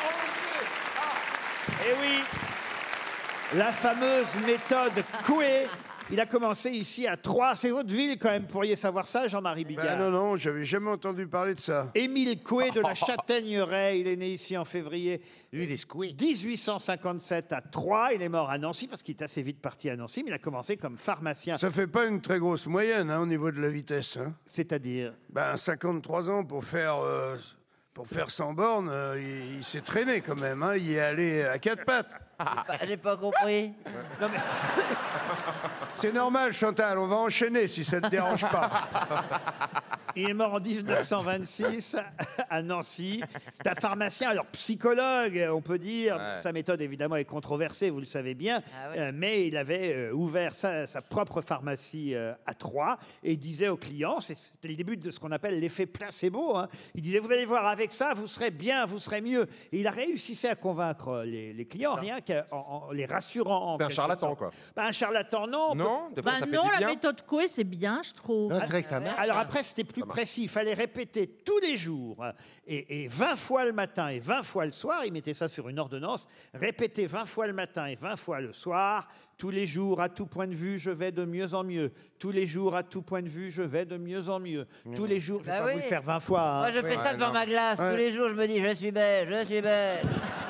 Eh oui. La fameuse méthode Coué. Il a commencé ici à Troyes. C'est votre ville quand même. Pourriez savoir ça, Jean-Marie Bigard? Ben non, j'avais jamais entendu parler de ça. Émile Coué de la Châtaigneraie. Il est né ici en février. Lui, il est secoué. 1857 à Troyes. Il est mort à Nancy parce qu'il est assez vite parti à Nancy, mais il a commencé comme pharmacien. Ça fait pas une très grosse moyenne au niveau de la vitesse. Hein. C'est-à-dire? Ben 53 ans pour faire 100 bornes, il s'est traîné quand même. Hein. Il est allé à 4 pattes. J'ai pas compris. Non, mais... C'est normal, Chantal, on va enchaîner si ça ne te dérange pas. Il est mort en 1926 à Nancy. C'est un pharmacien, alors psychologue, on peut dire. Ouais. Sa méthode, évidemment, est controversée, vous le savez bien. Mais il avait ouvert sa propre pharmacie à Troyes et disait aux clients, c'était le début de ce qu'on appelle l'effet placebo. Hein. Il disait, vous allez voir, avec ça, vous serez bien, vous serez mieux. Et il a réussi à convaincre les clients, rien qu'en les rassurant. C'est un charlatan, quoi. Ben, un charlatan, non. Non, des fois, Bah ça fait non, du la bien. méthode Coué, c'est bien, je trouve. Non, c'est vrai que ça marche. Alors après, c'était plus précis. Il fallait répéter tous les jours et 20 fois le matin et 20 fois le soir. Il mettait ça sur une ordonnance. Répéter 20 fois le matin et 20 fois le soir. Tous les jours, à tout point de vue, je vais de mieux en mieux. Tous les jours, à tout point de vue, je vais de mieux en mieux. Tous les jours, je vais Bah pas oui. vous le faire 20 fois. Hein. Moi, je fais ça devant non. ma glace. Tous les jours, je me dis, je suis belle, je suis belle.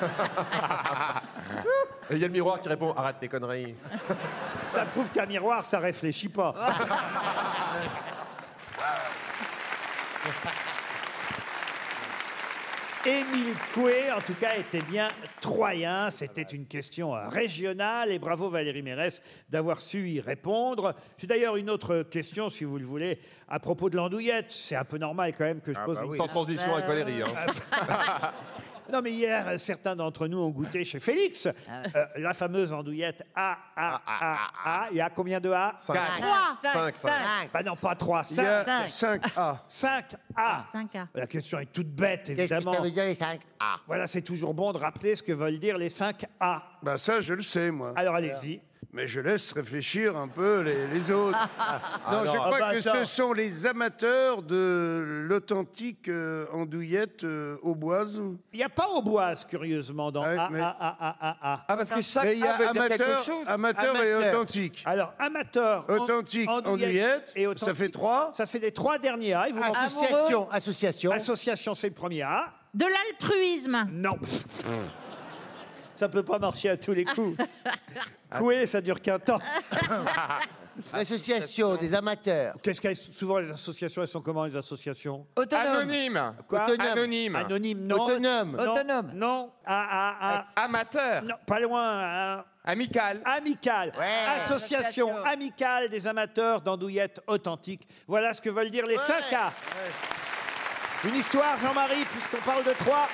Et il y a le miroir qui répond arrête tes conneries. Ça prouve qu'un miroir, ça réfléchit pas. Émile Coué, en tout cas, était bien troyen. C'était une question régionale et bravo Valérie Mérès d'avoir su y répondre. J'ai d'ailleurs une autre question, si vous le voulez, à propos de l'andouillette. C'est un peu normal quand même que je pose une Sans transition avec Valérie. Hein. Non, mais hier, certains d'entre nous ont goûté chez Félix la fameuse andouillette A. Il y a combien de A? 5. 3. Bah non, pas 3, Il y a 5. 5A. 5A. 5A. La question est toute bête, Qu'est-ce que évidemment. ça veut dire les 5 A? Voilà, c'est toujours bon de rappeler ce que veulent dire les 5A. Ben ça, je le sais, moi. Alors allez-y. Mais je laisse réfléchir un peu les autres. Non, je crois que ce sont les amateurs de l'authentique andouillette auboise. Il n'y a pas Auboise, curieusement, dans Ouais, A. mais- Ah, parce que chaque Mais il y a A veut dire quelque amateur, chose. amateur et Amateur. authentique. Alors, amateur, Authentique, andouillette, et ça fait 3. Ça, c'est les 3 derniers A. Il vous manque- Association. Association, c'est le premier A. De l'altruisme. Non. Ça peut pas marcher à tous les coups. Coué, ça dure qu'un temps. L'association des amateurs. Qu'est-ce qu'elles souvent les associations, elles sont comment les associations? Autonome. Anonyme. Quoi? Anonyme. Anonyme, non. Autonome. Non. Autonome. Non. Amateur. Non, pas loin. Amical. Amical. Association amicale des amateurs d'andouillettes authentiques. Voilà ce que veulent dire les 5A. Une histoire, Jean-Marie, puisqu'on parle de 3.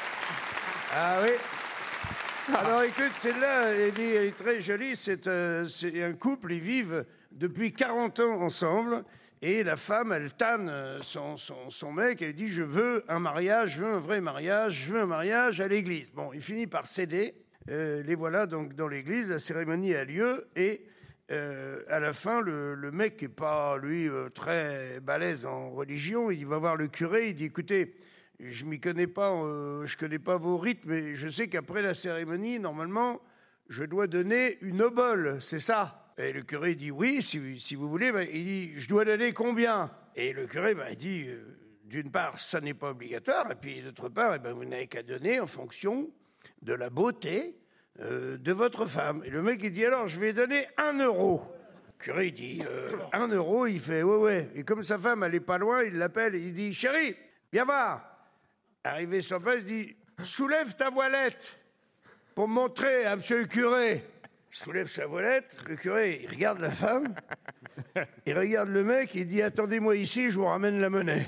Ah oui. Alors écoute, celle-là, elle est très jolie. C'est un couple, ils vivent depuis 40 ans ensemble. Et la femme, elle tanne son mec. Elle dit, je veux un mariage, je veux un vrai mariage, je veux un mariage à l'église. Bon, il finit par céder. Les voilà donc dans l'église. La cérémonie a lieu. Et à la fin, le mec n'est pas, lui, très balèze en religion. Il va voir le curé. Il dit, écoutez, je m'y connais pas, je connais pas vos rites, mais je sais qu'après la cérémonie, normalement, je dois donner une obole, c'est ça? Et le curé dit, oui, si vous voulez. Ben, il dit, je dois donner combien? Et le curé, ben, il dit, d'une part, ça n'est pas obligatoire, et puis d'autre part, eh ben, vous n'avez qu'à donner en fonction de la beauté de votre femme. Et le mec, il dit, alors, je vais donner 1 euro. Le curé, il dit, 1 euro, il fait, ouais. Et comme sa femme, elle est pas loin, il l'appelle et il dit, chérie, viens voir. Arrivé sur place, il dit, soulève ta voilette pour montrer à monsieur le curé. Il soulève sa voilette, le curé, il regarde la femme, il regarde le mec, il dit, attendez-moi ici, je vous ramène la monnaie.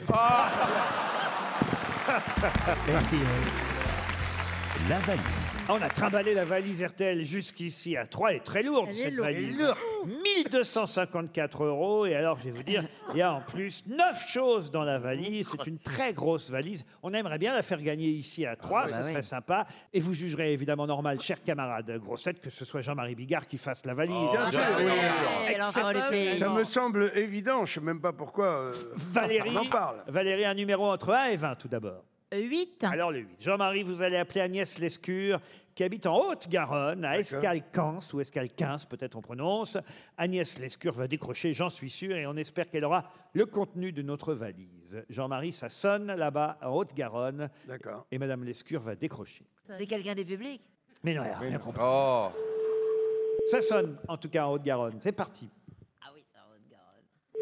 RTL, la valise. On a trimballé la valise RTL jusqu'ici à 3, elle est très lourde Elle est cette lourde. valise. 1254 €. Et alors, je vais vous dire, il y a en plus 9 choses dans la valise. C'est une très grosse valise. On aimerait bien la faire gagner ici à 3, ce serait sympa. Et vous jugerez évidemment normal, chers camarades grossettes, que ce soit Jean-Marie Bigard qui fasse la valise. Bien sûr, Excellent. ça me semble évident, je ne sais même pas pourquoi Valérie, on en parle. Valérie, un numéro entre 1 et 20 tout d'abord. 8. Alors le 8. Jean-Marie, vous allez appeler Agnès Lescure, qui habite en Haute-Garonne, à Escalquens, ou Escalquins, peut-être on prononce. Agnès Lescure va décrocher, j'en suis sûr, et on espère qu'elle aura le contenu de notre valise. Jean-Marie, ça sonne là-bas, en Haute-Garonne. D'accord. Et Madame Lescure va décrocher. C'est quelqu'un du public? Mais non, elle n'a rien compris. Oh. Ça sonne, en tout cas, en Haute-Garonne. C'est parti. Ah oui, c'est en Haute-Garonne.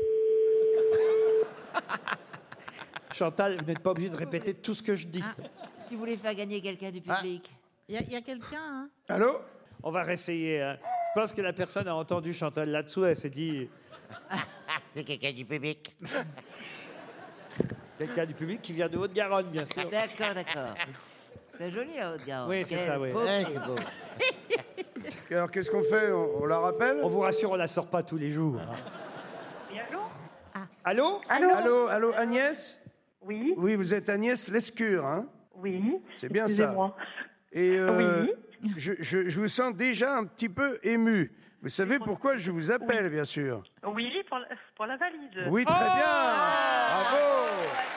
Chantal, vous n'êtes pas obligé de répéter tout ce que je dis. Si vous voulez faire gagner quelqu'un du public. Il y a quelqu'un, hein? Allô? On va réessayer. Je pense que la personne a entendu Chantal là-dessous, elle s'est dit... C'est quelqu'un du public. Quelqu'un du public qui vient de Haute-Garonne, bien sûr. D'accord. C'est joli la Haute-Garonne. Oui, c'est ça, oui. Beau. Alors, qu'est-ce qu'on fait? On la rappelle? On vous rassure, on la sort pas tous les jours. Allô? Allô? Allô, Agnès? Oui. Oui, vous êtes Agnès Lescure, hein? Oui. C'est bien ça. Excusez-moi. Et Oui. je vous sens déjà un petit peu ému. Vous savez pourquoi je vous appelle, bien sûr. Oui, pour la valise. Oui, très bien. Bravo.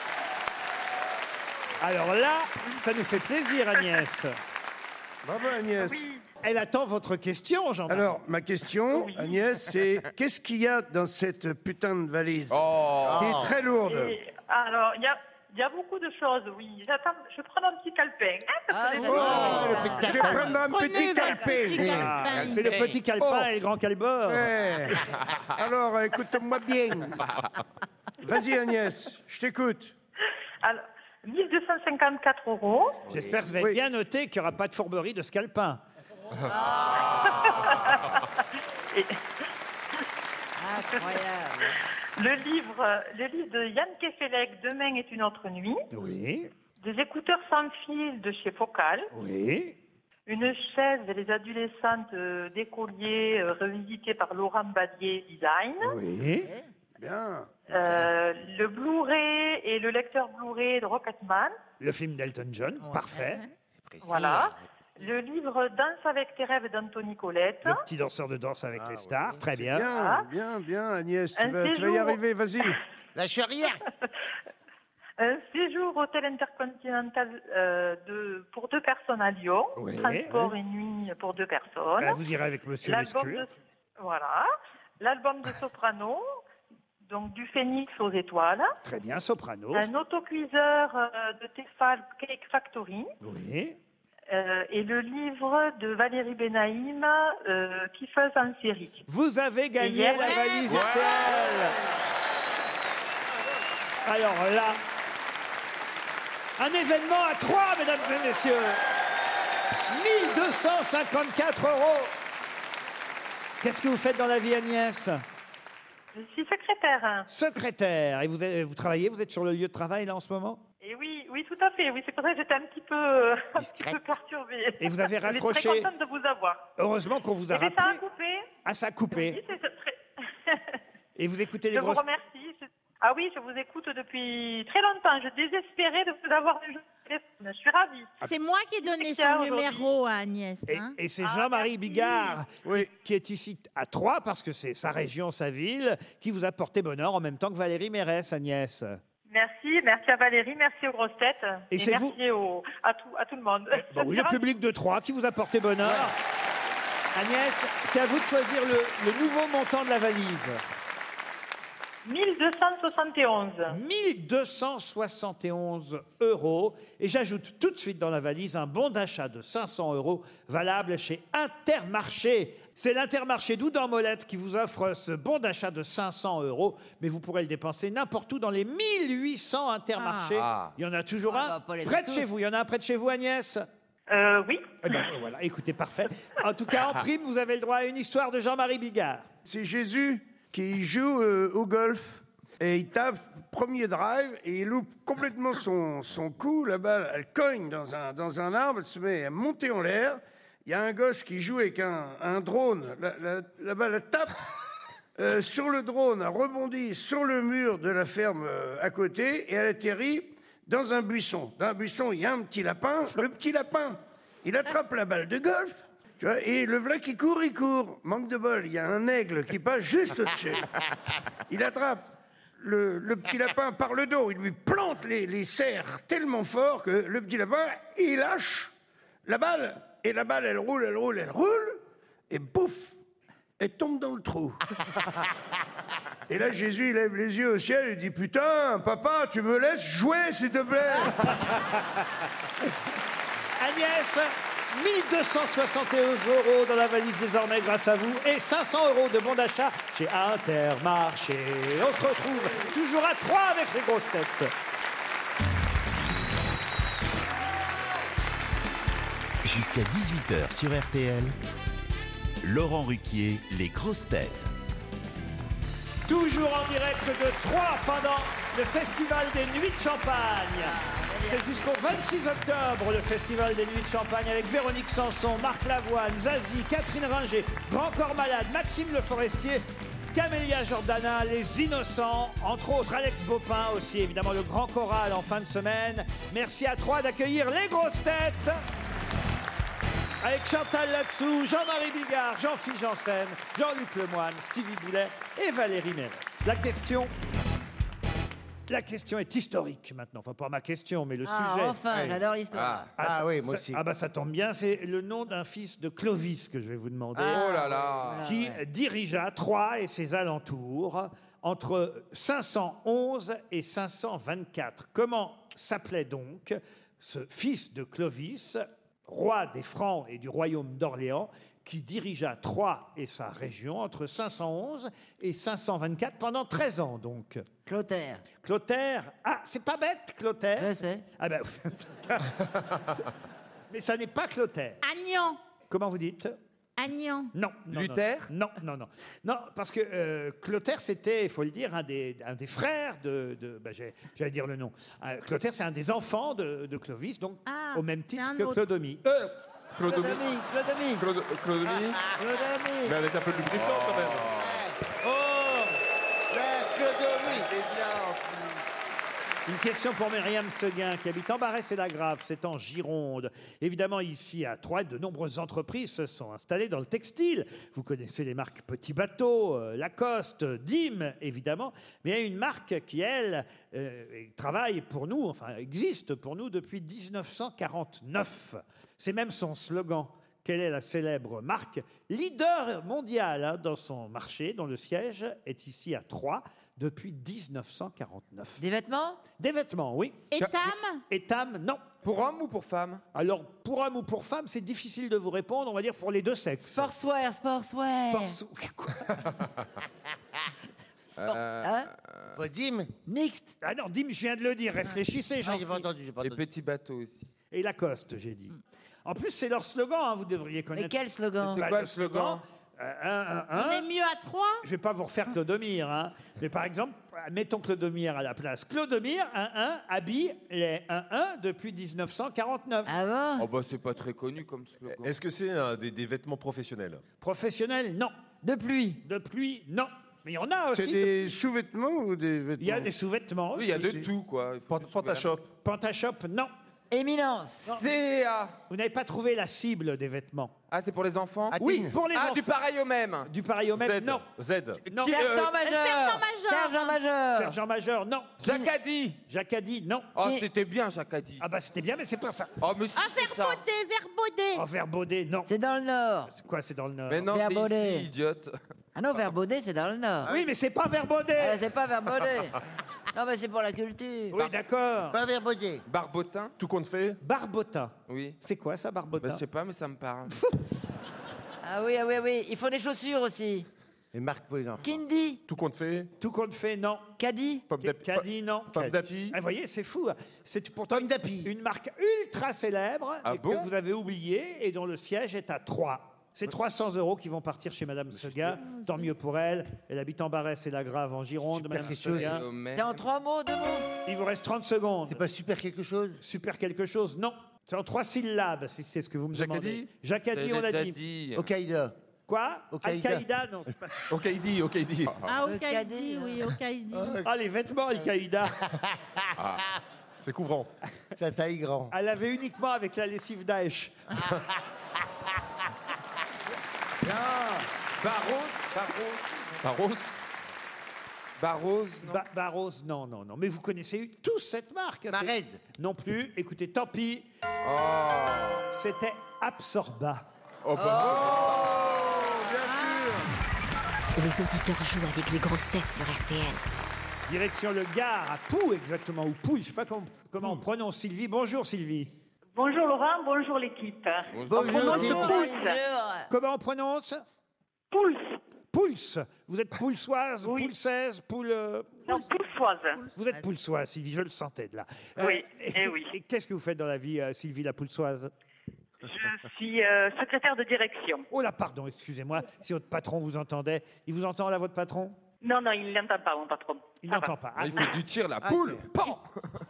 Alors là, ça nous fait plaisir, Agnès. Bravo, Agnès. Elle attend votre question, Jean-Marie. Alors, ma question, Agnès, c'est qu'est-ce qu'il y a dans cette putain de valise qui est très lourde? Alors, il y a beaucoup de choses, oui. J'attends, je prends un petit calepin. Hein, Je vais prendre un petit calepin. Elle fait le petit calepin et le grand calbord. Ouais. Alors, écoute-moi bien. Vas-y, Agnès, je t'écoute. Alors, 1254 €. J'espère que vous avez bien noté qu'il n'y aura pas de fourberie de scalpin. Incroyable. Le livre de Yann Kefelec, Demain est une autre nuit. Oui. Des écouteurs sans fil de chez Focal. Oui. Une chaise Les adolescentes d'écoliers revisitée par Laurent Badier Design. Oui. Bien. Le Blu-ray et le lecteur Blu-ray de Rocketman. Le film d'Elton John, parfait. Voilà. Le livre Danse avec tes rêves d'Anthony Colette. Le petit danseur de danse avec les stars, très bien. Bien, Agnès, tu Un vas y séjour- arriver, vas-y. Lâche rien. Un séjour hôtel intercontinental pour 2 personnes à Lyon. Oui. Transport et nuit pour 2 personnes. Ah, vous irez avec Monsieur Lescure. Voilà. L'album de Soprano, donc du Phénix aux étoiles. Très bien, Soprano. Un autocuiseur de Tefal Cake Factory. Oui. Et le livre de Valérie Benaïm, Kiffeuse en série. Vous avez gagné Et la valise RTL. Alors là, un événement à 3, mesdames et messieurs. 1254 €. Qu'est-ce que vous faites dans la vie, Agnès? Je suis secrétaire. Secrétaire. Et vous travaillez, vous êtes sur le lieu de travail là en ce moment? Et oui, tout à fait. Oui, c'est pour ça que j'étais un petit peu perturbée. Et vous avez raccroché. Je suis très contente de vous avoir. Heureusement qu'on vous a Eh bien, rappelé. ça a coupé. Ah, ça a coupé. Oui, c'est très... Et vous écoutez les Je vous grosses... remercie. Ah oui, je vous écoute depuis très longtemps. Je désespérais de vous avoir un jour au téléphone. Je suis ravie. C'est moi qui ai donné C'est ça, son aujourd'hui. numéro à Agnès. hein. Et c'est Jean-Marie Bigard qui est ici à Troyes, parce que c'est sa région, sa ville, qui vous a porté bonheur en même temps que Valérie Mérès, Agnès. Merci à Valérie, merci aux grosses têtes. Et c'est merci à tout le monde. Bah oui, le public de Troyes qui vous a porté bonheur. Agnès, c'est à vous de choisir le nouveau montant de la valise. 1271. 1271 €. Et j'ajoute tout de suite dans la valise un bon d'achat de 500 € valable chez Intermarché. C'est l'Intermarché d'Oudon-Molette qui vous offre ce bon d'achat de 500 €. Mais vous pourrez le dépenser n'importe où dans les 1800 Intermarchés. Ah. Il y en a toujours un pas les près de tous. chez vous. Il y en a un près de chez vous, Agnès? Oui. Eh ben, voilà, écoutez, parfait. En tout cas, en prime, vous avez le droit à une histoire de Jean-Marie Bigard. C'est Jésus qui joue au golf. Et il tape premier drive et il loupe complètement son coup. La balle, elle cogne dans un arbre, elle se met à monter en l'air. Il y a un gosse qui joue avec un drone. La balle, elle tape sur le drone, elle rebondit sur le mur de la ferme à côté et elle atterrit dans un buisson. Dans un buisson, il y a un petit lapin. Le petit lapin, il attrape la balle de golf. Tu vois, et le voilà qui court, il court. Manque de bol, il y a un aigle qui passe juste au-dessus. Il attrape le petit lapin par le dos. Il lui plante les serres tellement fort que le petit lapin, il lâche la balle. Et la balle, elle roule. Et pouf, elle tombe dans le trou. Et là, Jésus, il lève les yeux au ciel et dit « Putain, papa, tu me laisses jouer, s'il te plaît ?» Agnès, 1271 € dans la valise désormais grâce à vous et 500 € de bon d'achat chez Intermarché. On se retrouve toujours à 3 avec les grosses têtes. Jusqu'à 18h sur RTL, Laurent Ruquier, les grosses têtes. Toujours en direct de Troyes pendant le Festival des Nuits de Champagne. C'est jusqu'au 26 octobre le Festival des Nuits de Champagne avec Véronique Sanson, Marc Lavoine, Zazie, Catherine Ringer, Grand Corps Malade, Maxime Le Forestier, Camélia Jordana, Les Innocents, entre autres Alex Bopin aussi, évidemment le Grand Choral en fin de semaine. Merci à Troyes d'accueillir les grosses têtes avec Chantal Latsou, Jean-Marie Bigard, Jean-Philippe Janssen, Jean-Luc Lemoyne, Stevie Boulet et Valérie Mérès. La question est historique maintenant. Enfin, pas ma question, mais le sujet. Enfin, j'adore l'histoire. Oui, moi aussi. Ah bah ça tombe bien, c'est le nom d'un fils de Clovis que je vais vous demander. Oh là là. Qui dirigea Troyes et ses alentours entre 511 et 524. Comment s'appelait donc ce fils de Clovis, roi des Francs et du royaume d'Orléans, qui dirigea Troyes et sa région entre 511 et 524 pendant 13 ans, donc. Clotaire. Clotaire. Ah, c'est pas bête, Clotaire. Je sais. Ah ben, mais ça n'est pas Clotaire. Agnan. Comment vous dites? Agnan. Non. Luther? Non. Non, parce que Clotaire, c'était, il faut le dire, un des frères j'allais dire le nom. Clotaire, c'est un des enfants de Clovis, donc au même titre que Clodomie. Clodomie. Clodomie. Mais elle est un peu lubrifiante quand même. Une question pour Myriam Seguin, qui habite Ambarès-et-Lagrave, c'est en Gironde. Évidemment, ici à Troyes, de nombreuses entreprises se sont installées dans le textile. Vous connaissez les marques Petit Bateau, Lacoste, Dim, évidemment. Mais il y a une marque qui, elle, travaille pour nous, enfin existe pour nous depuis 1949. C'est même son slogan. Quelle est la célèbre marque leader mondial dans son marché, dont le siège est ici à Troyes depuis 1949. Des vêtements? Des vêtements, oui. Etam, non. Pour homme ou pour femme? Alors, pour homme ou pour femme, c'est difficile de vous répondre, on va dire pour les deux sexes. Sportswear. Dim. Mixte. Ah non, Dim, je viens de le dire, réfléchissez, J'ai pas entendu. Les petits bateaux aussi. Et Lacoste, j'ai dit. En plus, c'est leur slogan, vous devriez connaître. Mais quel slogan? C'est quoi le slogan? On est mieux à 3. Je vais pas vous refaire Clodomir, mais par exemple, mettons Clodomir à la place. Clodomir, 1-1, habille les 1-1 depuis 1949. Ah bon? Oh bah c'est pas très connu comme slogan. Est-ce que c'est des vêtements professionnels? Professionnel, non. De pluie? De pluie, non. Mais il y en a aussi. C'est des sous-vêtements ou des vêtements? Il y a des sous-vêtements aussi. Oui, il y a de tout quoi. Pantachop? Pantachop, non. Éminence. CA. Vous n'avez pas trouvé la cible des vêtements. Ah, c'est pour les enfants? Oui, pour les enfants. Du pareil au même. Du pareil au même, non. Z. Non. Sergent majeur. Sergent majeur. Sergent majeur, non. Jacadi. Jacadi, non. Oh, c'était bien, Jacadi. Ah bah c'était bien, mais c'est pas ça. Oh, mais si, c'est ça. Verbaudet. Oh, Verbaudet, non. C'est dans le Nord. C'est quoi, c'est dans le Nord? Mais non, c'est Verbaudet. ici, idiote. Ah non, Verbaudet, c'est dans le Nord. Oui, mais c'est pas Verbaudet. C'est pas Verbaudet. Non, mais c'est pour la culture. Oui, d'accord. Pas Verbaudet. Barbotin. Tout compte fait. Barbotin. Oui. C'est quoi ça, Barbotin? Bah, je sais pas, mais ça me parle. Ah oui, ah oui, ah oui. Il faut des chaussures aussi. Et marque pour les enfants. Kindy. Tout compte fait. Tout compte fait, non. Caddy. Pomme d'api. Caddy, non. Pomme d'api. Ah, vous voyez, c'est fou. C'est pourtant Pomme d'api. une marque ultra célèbre Ah et bon que vous avez oubliée et dont le siège est à Troyes. C'est 300 € qui vont partir chez Madame Seguin. Tant mieux pour elle. Elle habite en Barès et la Grave en Gironde, Super Madame quelque chose. Seguin. C'est en 3 mots, 2 mots. Il vous reste 30 secondes. C'est pas super quelque chose? Super quelque chose? Non. C'est en 3 syllabes, si c'est ce que vous me demandez. Jacadi. Jacadi, on l'a dit. Al-Qaïda. Quoi? Al-Qaïda. Al-Qaïda, non. c'est pas- Okaidi. Ah, au Le Caïdi, cadet, oui, au Caïdi. Ah, les vêtements Al-Qaïda. C'est couvrant. Ça taille grand. Elle avait uniquement avec la lessive Daesh. Barros. Barros, non. Barros, non, non, non. Mais vous connaissez tous cette marque. hein, Marez. Non plus. Écoutez, tant pis. C'était Absorba. Oh, bah. Les auditeurs jouent avec les grosses têtes sur RTL. Direction le Gard, à Pou exactement, ou Pouille, je ne sais pas comment on prononce Sylvie. Bonjour Sylvie. Bonjour Laurent, bonjour l'équipe. Bonjour. Comment on prononce? Pouls. Poulse. Vous êtes poulsoise, Oui. poulsaise, Non, poulsoise. Vous êtes poulsoise, Sylvie, je le sentais de là. Oui, eh oui. Et qu'est-ce que vous faites dans la vie, Sylvie, la poulsoise? Je suis secrétaire de direction. Oh là, pardon, excusez-moi, si votre patron vous entendait. Il vous entend là, votre patron? Non, non, il n'entend pas, mon patron. Il Ça n'entend va. pas. Il fait du tir, la poule. Pan.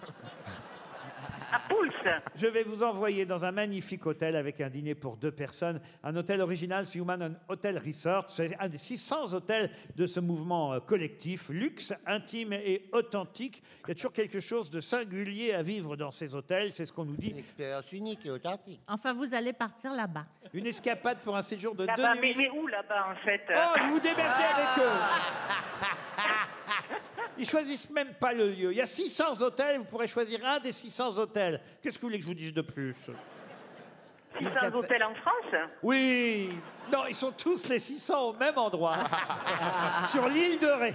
À Pouls. Je vais vous envoyer dans un magnifique hôtel avec un dîner pour 2 personnes. Un hôtel original, c'est Human Hotel Resort. C'est un des 600 hôtels de ce mouvement collectif. Luxe, intime et authentique. Il y a toujours quelque chose de singulier à vivre dans ces hôtels. C'est ce qu'on nous dit. Une expérience unique et authentique. Enfin, vous allez partir là-bas. Une escapade pour un séjour de 2 Là-bas, nuits. mais où là-bas, en fait Oh, vous vous démerdez avec eux. Ils choisissent même pas le lieu. Il y a 600 hôtels, vous pourrez choisir un des 600 hôtels. Qu'est-ce que vous voulez que je vous dise de plus? 600 hôtels en France? Oui. Non, ils sont tous les 600 au même endroit. Sur l'île de Ré.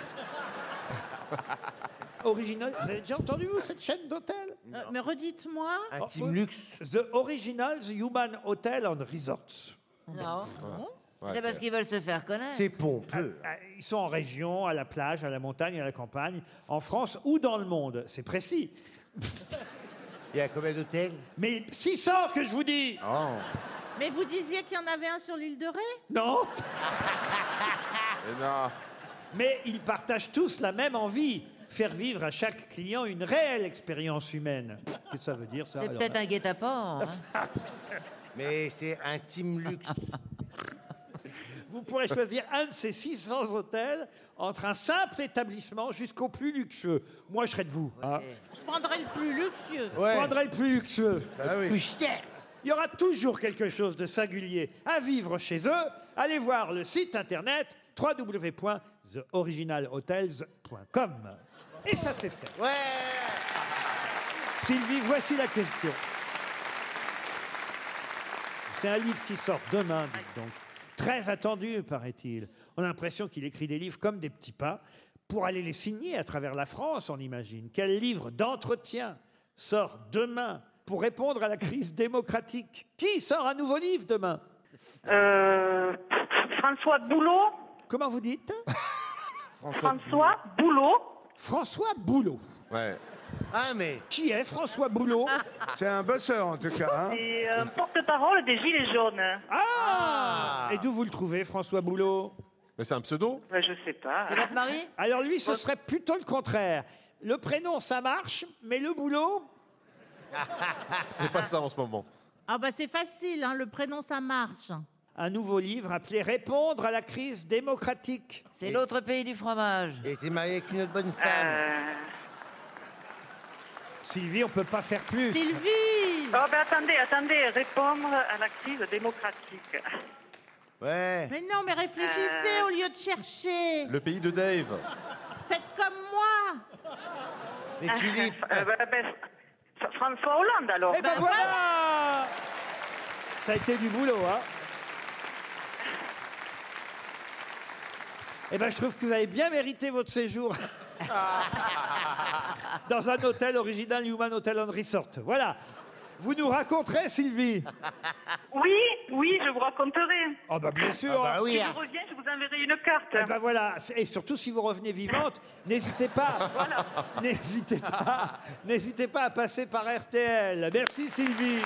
Original. Vous avez déjà entendu, vous, cette chaîne d'hôtels? Mais redites-moi. Intime luxe. The Originals Human Hotel and Resorts. Non. C'est parce qu'ils veulent se faire connaître. C'est pompeux. Ils sont en région, à la plage, à la montagne, à la campagne, en France ou dans le monde. C'est précis. Il y a combien d'hôtels? Mais 600 que je vous dis. Oh. Mais vous disiez qu'il y en avait un sur l'île de Ré? Non. Mais non. Mais ils partagent tous la même envie. Faire vivre à chaque client une réelle expérience humaine. Qu'est-ce que ça veut dire, ça? C'est alors peut-être un guet-apens. Hein. Mais c'est intime luxe. Vous pourrez choisir un de ces 600 hôtels entre un simple établissement jusqu'au plus luxueux. Moi, je serais de vous. hein. Je prendrais le plus luxueux. Je prendrais le plus luxueux. Plus cher. Il y aura toujours quelque chose de singulier à vivre chez eux. Allez voir le site internet www.theoriginalhotels.com. Et ça, c'est fait. Ouais. Sylvie, voici la question. C'est un livre qui sort demain, dites donc. Très attendu, paraît-il. On a l'impression qu'il écrit des livres comme des petits pas pour aller les signer à travers la France, on imagine. Quel livre d'entretien sort demain pour répondre à la crise démocratique? Qui sort un nouveau livre demain? François Boulot. Comment vous dites? François Boulot. François Boulot. Ouais. Ah, mais. Qui est François Boulot? C'est un bosseur, en tout cas. Hein. C'est porte-parole des Gilets jaunes. Ah! Et d'où vous le trouvez, François Boulot? Mais c'est un pseudo? Je sais pas. C'est votre mari? Alors lui, ce serait plutôt le contraire. Le prénom, ça marche, mais le boulot... C'est pas ça en ce moment. Ah bah c'est facile, hein, le prénom ça marche. Un nouveau livre appelé « Répondre à la crise démocratique ». C'est l'autre pays du fromage. Et t'es marié avec une autre bonne femme. Sylvie, on peut pas faire plus. Sylvie! Oh, ben attendez, répondre à la crise démocratique. Ouais. Mais non, mais réfléchissez au lieu de chercher. Le pays de Dave. Faites comme moi. Les tulipes. François Hollande, alors. Eh ben voilà. Ça a été du boulot, hein. Eh ben, je trouve que vous avez bien mérité votre séjour dans un hôtel original Human Hotel and Resort. Voilà. Vous nous raconterez, Sylvie? Oui, je vous raconterai. Oh bah bien sûr. Ah bah oui. Si je reviens, je vous enverrai une carte. Eh ben voilà. Et surtout, si vous revenez vivante, n'hésitez pas. N'hésitez pas à passer par RTL. Merci, Sylvie.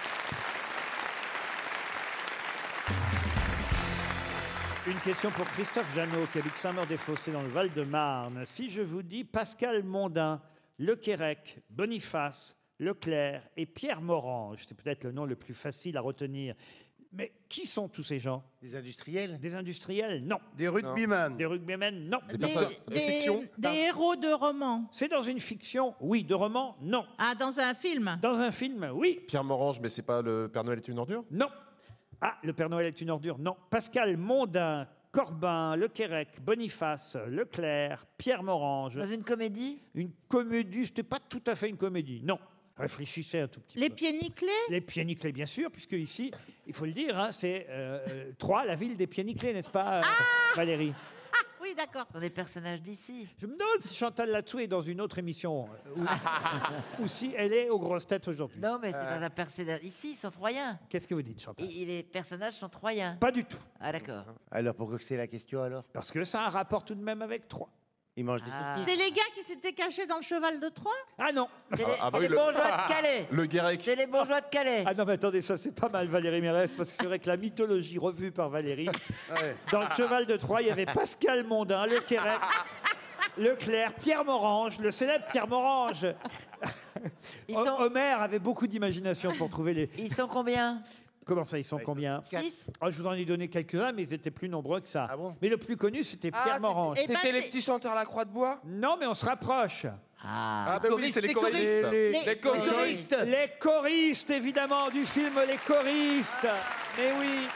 Une question pour Christophe Jeannot, qui habite Saint-Maur-des-Fossés dans le Val-de-Marne. Si je vous dis Pascal Mondin, Lequérec, Boniface, Leclerc et Pierre Morange, c'est peut-être le nom le plus facile à retenir. Mais qui sont tous ces gens? Des industriels? Des industriels, non. Des rugbyman. Des rugbymen, non. Des héros de romans. C'est dans une fiction, oui. De roman, non. Ah, dans un film? Dans un film, oui. Pierre Morange, mais c'est pas le Père Noël est une ordure? Non. Ah, le Père Noël est une ordure, non. Pascal Mondin, Corbin, Lequérec, Boniface, Leclerc, Pierre Morange. Dans une comédie? Une comédie, c'était pas tout à fait une comédie, non. Réfléchissez un tout petit Les peu. pieds nickelés? Les pieds nickelés, bien sûr, puisque ici, il faut le dire, hein, c'est Troyes, la ville des pieds nickelés, n'est-ce pas, Valérie? Ah, oui, d'accord. Ce sont des personnages d'ici. Je me demande si Chantal Latsou est dans une autre émission, ou si elle est aux grosses têtes aujourd'hui. Non, mais c'est dans un personnage. Ici, ils sont troyens. Qu'est-ce que vous dites, Chantal? Et les personnages sont troyens. Pas du tout. Ah, d'accord. Alors, pourquoi que c'est la question, alors? Parce que ça a un rapport tout de même avec Troyes. Ils mangent des saucisses. C'est les gars qui s'étaient cachés dans le cheval de Troie? Ah non. C'est les bourgeois de Calais. Le Guérec. C'est les bourgeois de Calais. Ah non, mais attendez, ça c'est pas mal, Valérie Mérès, parce que c'est vrai que la mythologie revue par Valérie, dans le cheval de Troie, il y avait Pascal Mondin, Lequérec, Leclerc, Pierre Morange, le célèbre Pierre Morange. Homère avait beaucoup d'imagination pour trouver les... Ils sont combien? Comment ça, ils sont combien? 6. Oh, je vous en ai donné quelques-uns, mais ils étaient plus nombreux que ça. Ah bon? Mais le plus connu, c'était Pierre Morange. C'était les petits chanteurs à la Croix de Bois? Non, mais on se rapproche. Ah ben oui, c'est les choristes. Les choristes. Les choristes, évidemment, du film Les choristes. Mais oui.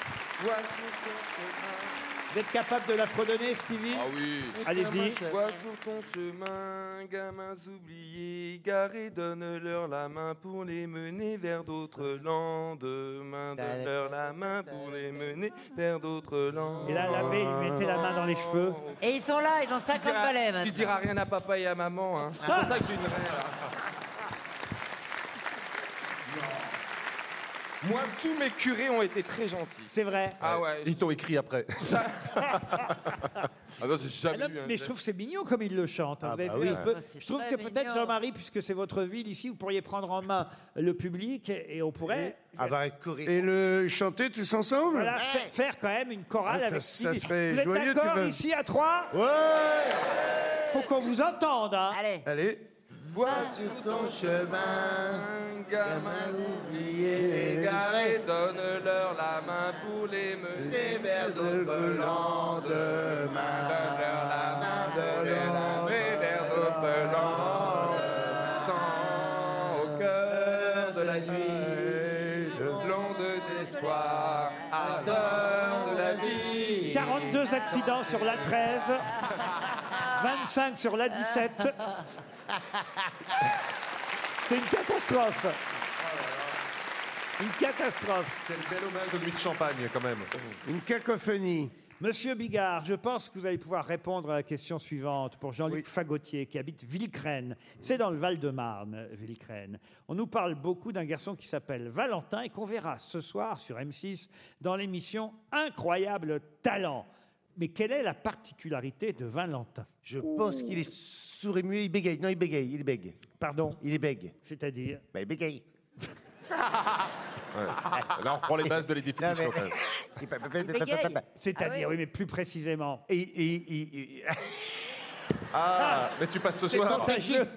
Vous êtes capable de la fredonner, Stevie? Ah oui. Allez-y. Vois sur ton chemin, gamins oubliés, garés, donne-leur la main pour les mener vers d'autres lendemains. Donne-leur la main pour les mener vers d'autres lendemains. Et là, l'abbé, il mettait la main dans les cheveux. Et ils sont là, ils ont 50 balais maintenant. Tu diras rien à papa et à maman, hein. C'est pour ça que tu ne Moi, tous mes curés ont été très gentils. C'est vrai. Ah ouais. Ils t'ont écrit après. Ah non, j'ai jamais Ah non, lu un mais je trouve que c'est mignon comme il le chante. Vous avez bah vu oui. un peu. Ah, c'est Je trouve très que peut-être, mignon. Jean-Marie, puisque c'est votre ville ici, vous pourriez prendre en main le public et on pourrait Avec Corée. Et le chanter tous ensemble? voilà, faire quand même une chorale Ah, avec ça Stevie. serait Vous êtes joyeux, d'accord tu vas- ici à Troyes? Ouais. Faut qu'on vous entende. Hein. Allez. Allez. Vois sur ton chemin, gamins oubliés, égarés, donne-leur la main pour les mener vers d'autres lendemains. Donne-leur la main pour les mener vers d'autres lendemains. Sans au cœur de la nuit, blonde d'espoir, ardeur de la vie. 42 accidents sur la 13, 25 sur la 17. C'est une catastrophe. Une catastrophe. Quel bel hommage aux nuits de champagne, quand même. Une cacophonie. Monsieur Bigard, je pense que vous allez pouvoir répondre à la question suivante pour Jean-Luc Fagotier, qui habite Villecrène. C'est dans le Val-de-Marne, Villecrène. On nous parle beaucoup d'un garçon qui s'appelle Valentin et qu'on verra ce soir sur M6 dans l'émission Incroyable Talent. Mais quelle est la particularité de Valentin? Je pense qu'il est sourd et muet, il bégaye. Non, il bégaye, il bègue. Pardon? Il est bègue. C'est-à-dire? Bah, il bégaye. Ouais. Là, on reprend les bases de les définitions. Non, quand même. C'est-à-dire, oui, mais plus précisément. Et Ah, mais tu passes ce soir.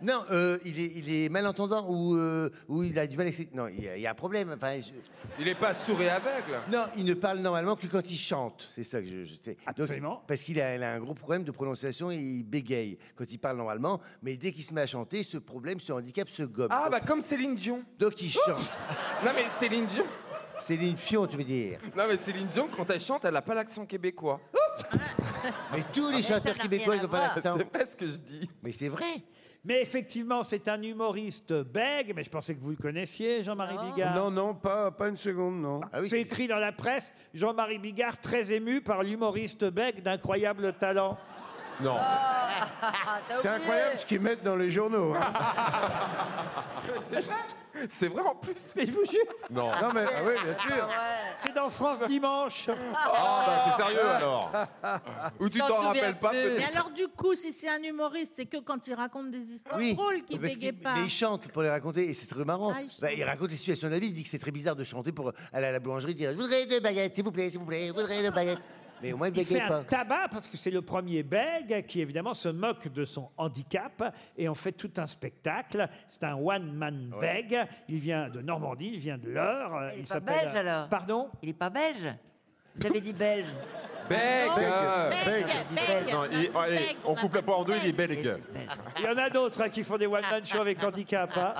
Non, il est malentendant ou il a du mal avec Non, il y a un problème. Enfin, Il est pas sourd et aveugle. Non, il ne parle normalement que quand il chante. C'est ça que je sais. Absolument. Donc, parce qu'il a un gros problème de prononciation et il bégaye quand il parle normalement. Mais dès qu'il se met à chanter, ce problème, ce handicap se gomme. Ah, bah comme Céline Dion. Donc il chante. Non, mais Céline Dion. Céline Fion, tu veux dire. Non, mais Céline Dion, quand elle chante, elle a pas l'accent québécois. Mais tous les chanteurs québécois, ils n'ont pas l'accent. C'est vrai ce que je dis. Mais c'est vrai. Mais effectivement, c'est un humoriste bègue, mais je pensais que vous le connaissiez, Jean-Marie Bigard. Non, pas une seconde, non. C'est écrit dans la presse, Jean-Marie Bigard très ému par l'humoriste bègue d'incroyable talent. Non. C'est incroyable ce qu'ils mettent dans les journaux. Hein. C'est vrai. C'est vrai en plus. Mais je vous jure. Non. Non, mais oui, bien sûr. C'est dans France Dimanche. Ah, bah c'est sérieux alors. Ou tu t'en rappelles pas Mais peut-être. alors, du coup, si c'est un humoriste, c'est que quand il raconte des histoires Oui, drôles qu'il parce bégaye pas. mais il chante pour les raconter et c'est très marrant. Ah, il chante. Bah, il raconte les situations de la vie. Il dit que c'est très bizarre de chanter pour aller à la boulangerie et dire « Je voudrais 2 baguettes, s'il vous plaît, je voudrais 2 baguettes. » Mais au moins, il Il fait bégaye un pas. tabac parce que c'est le premier bègue qui évidemment se moque de son handicap et en fait tout un spectacle. C'est un one-man bègue. Il vient de Normandie, il vient de l'Eure. Il est pas s'appelle- belge alors. Pardon. Il est pas belge. Vous avez dit belge. Bègue. Non, allez, on coupe la poire en deux, il est belge. Il y en a d'autres qui font des one-man shows avec handicap. Hein.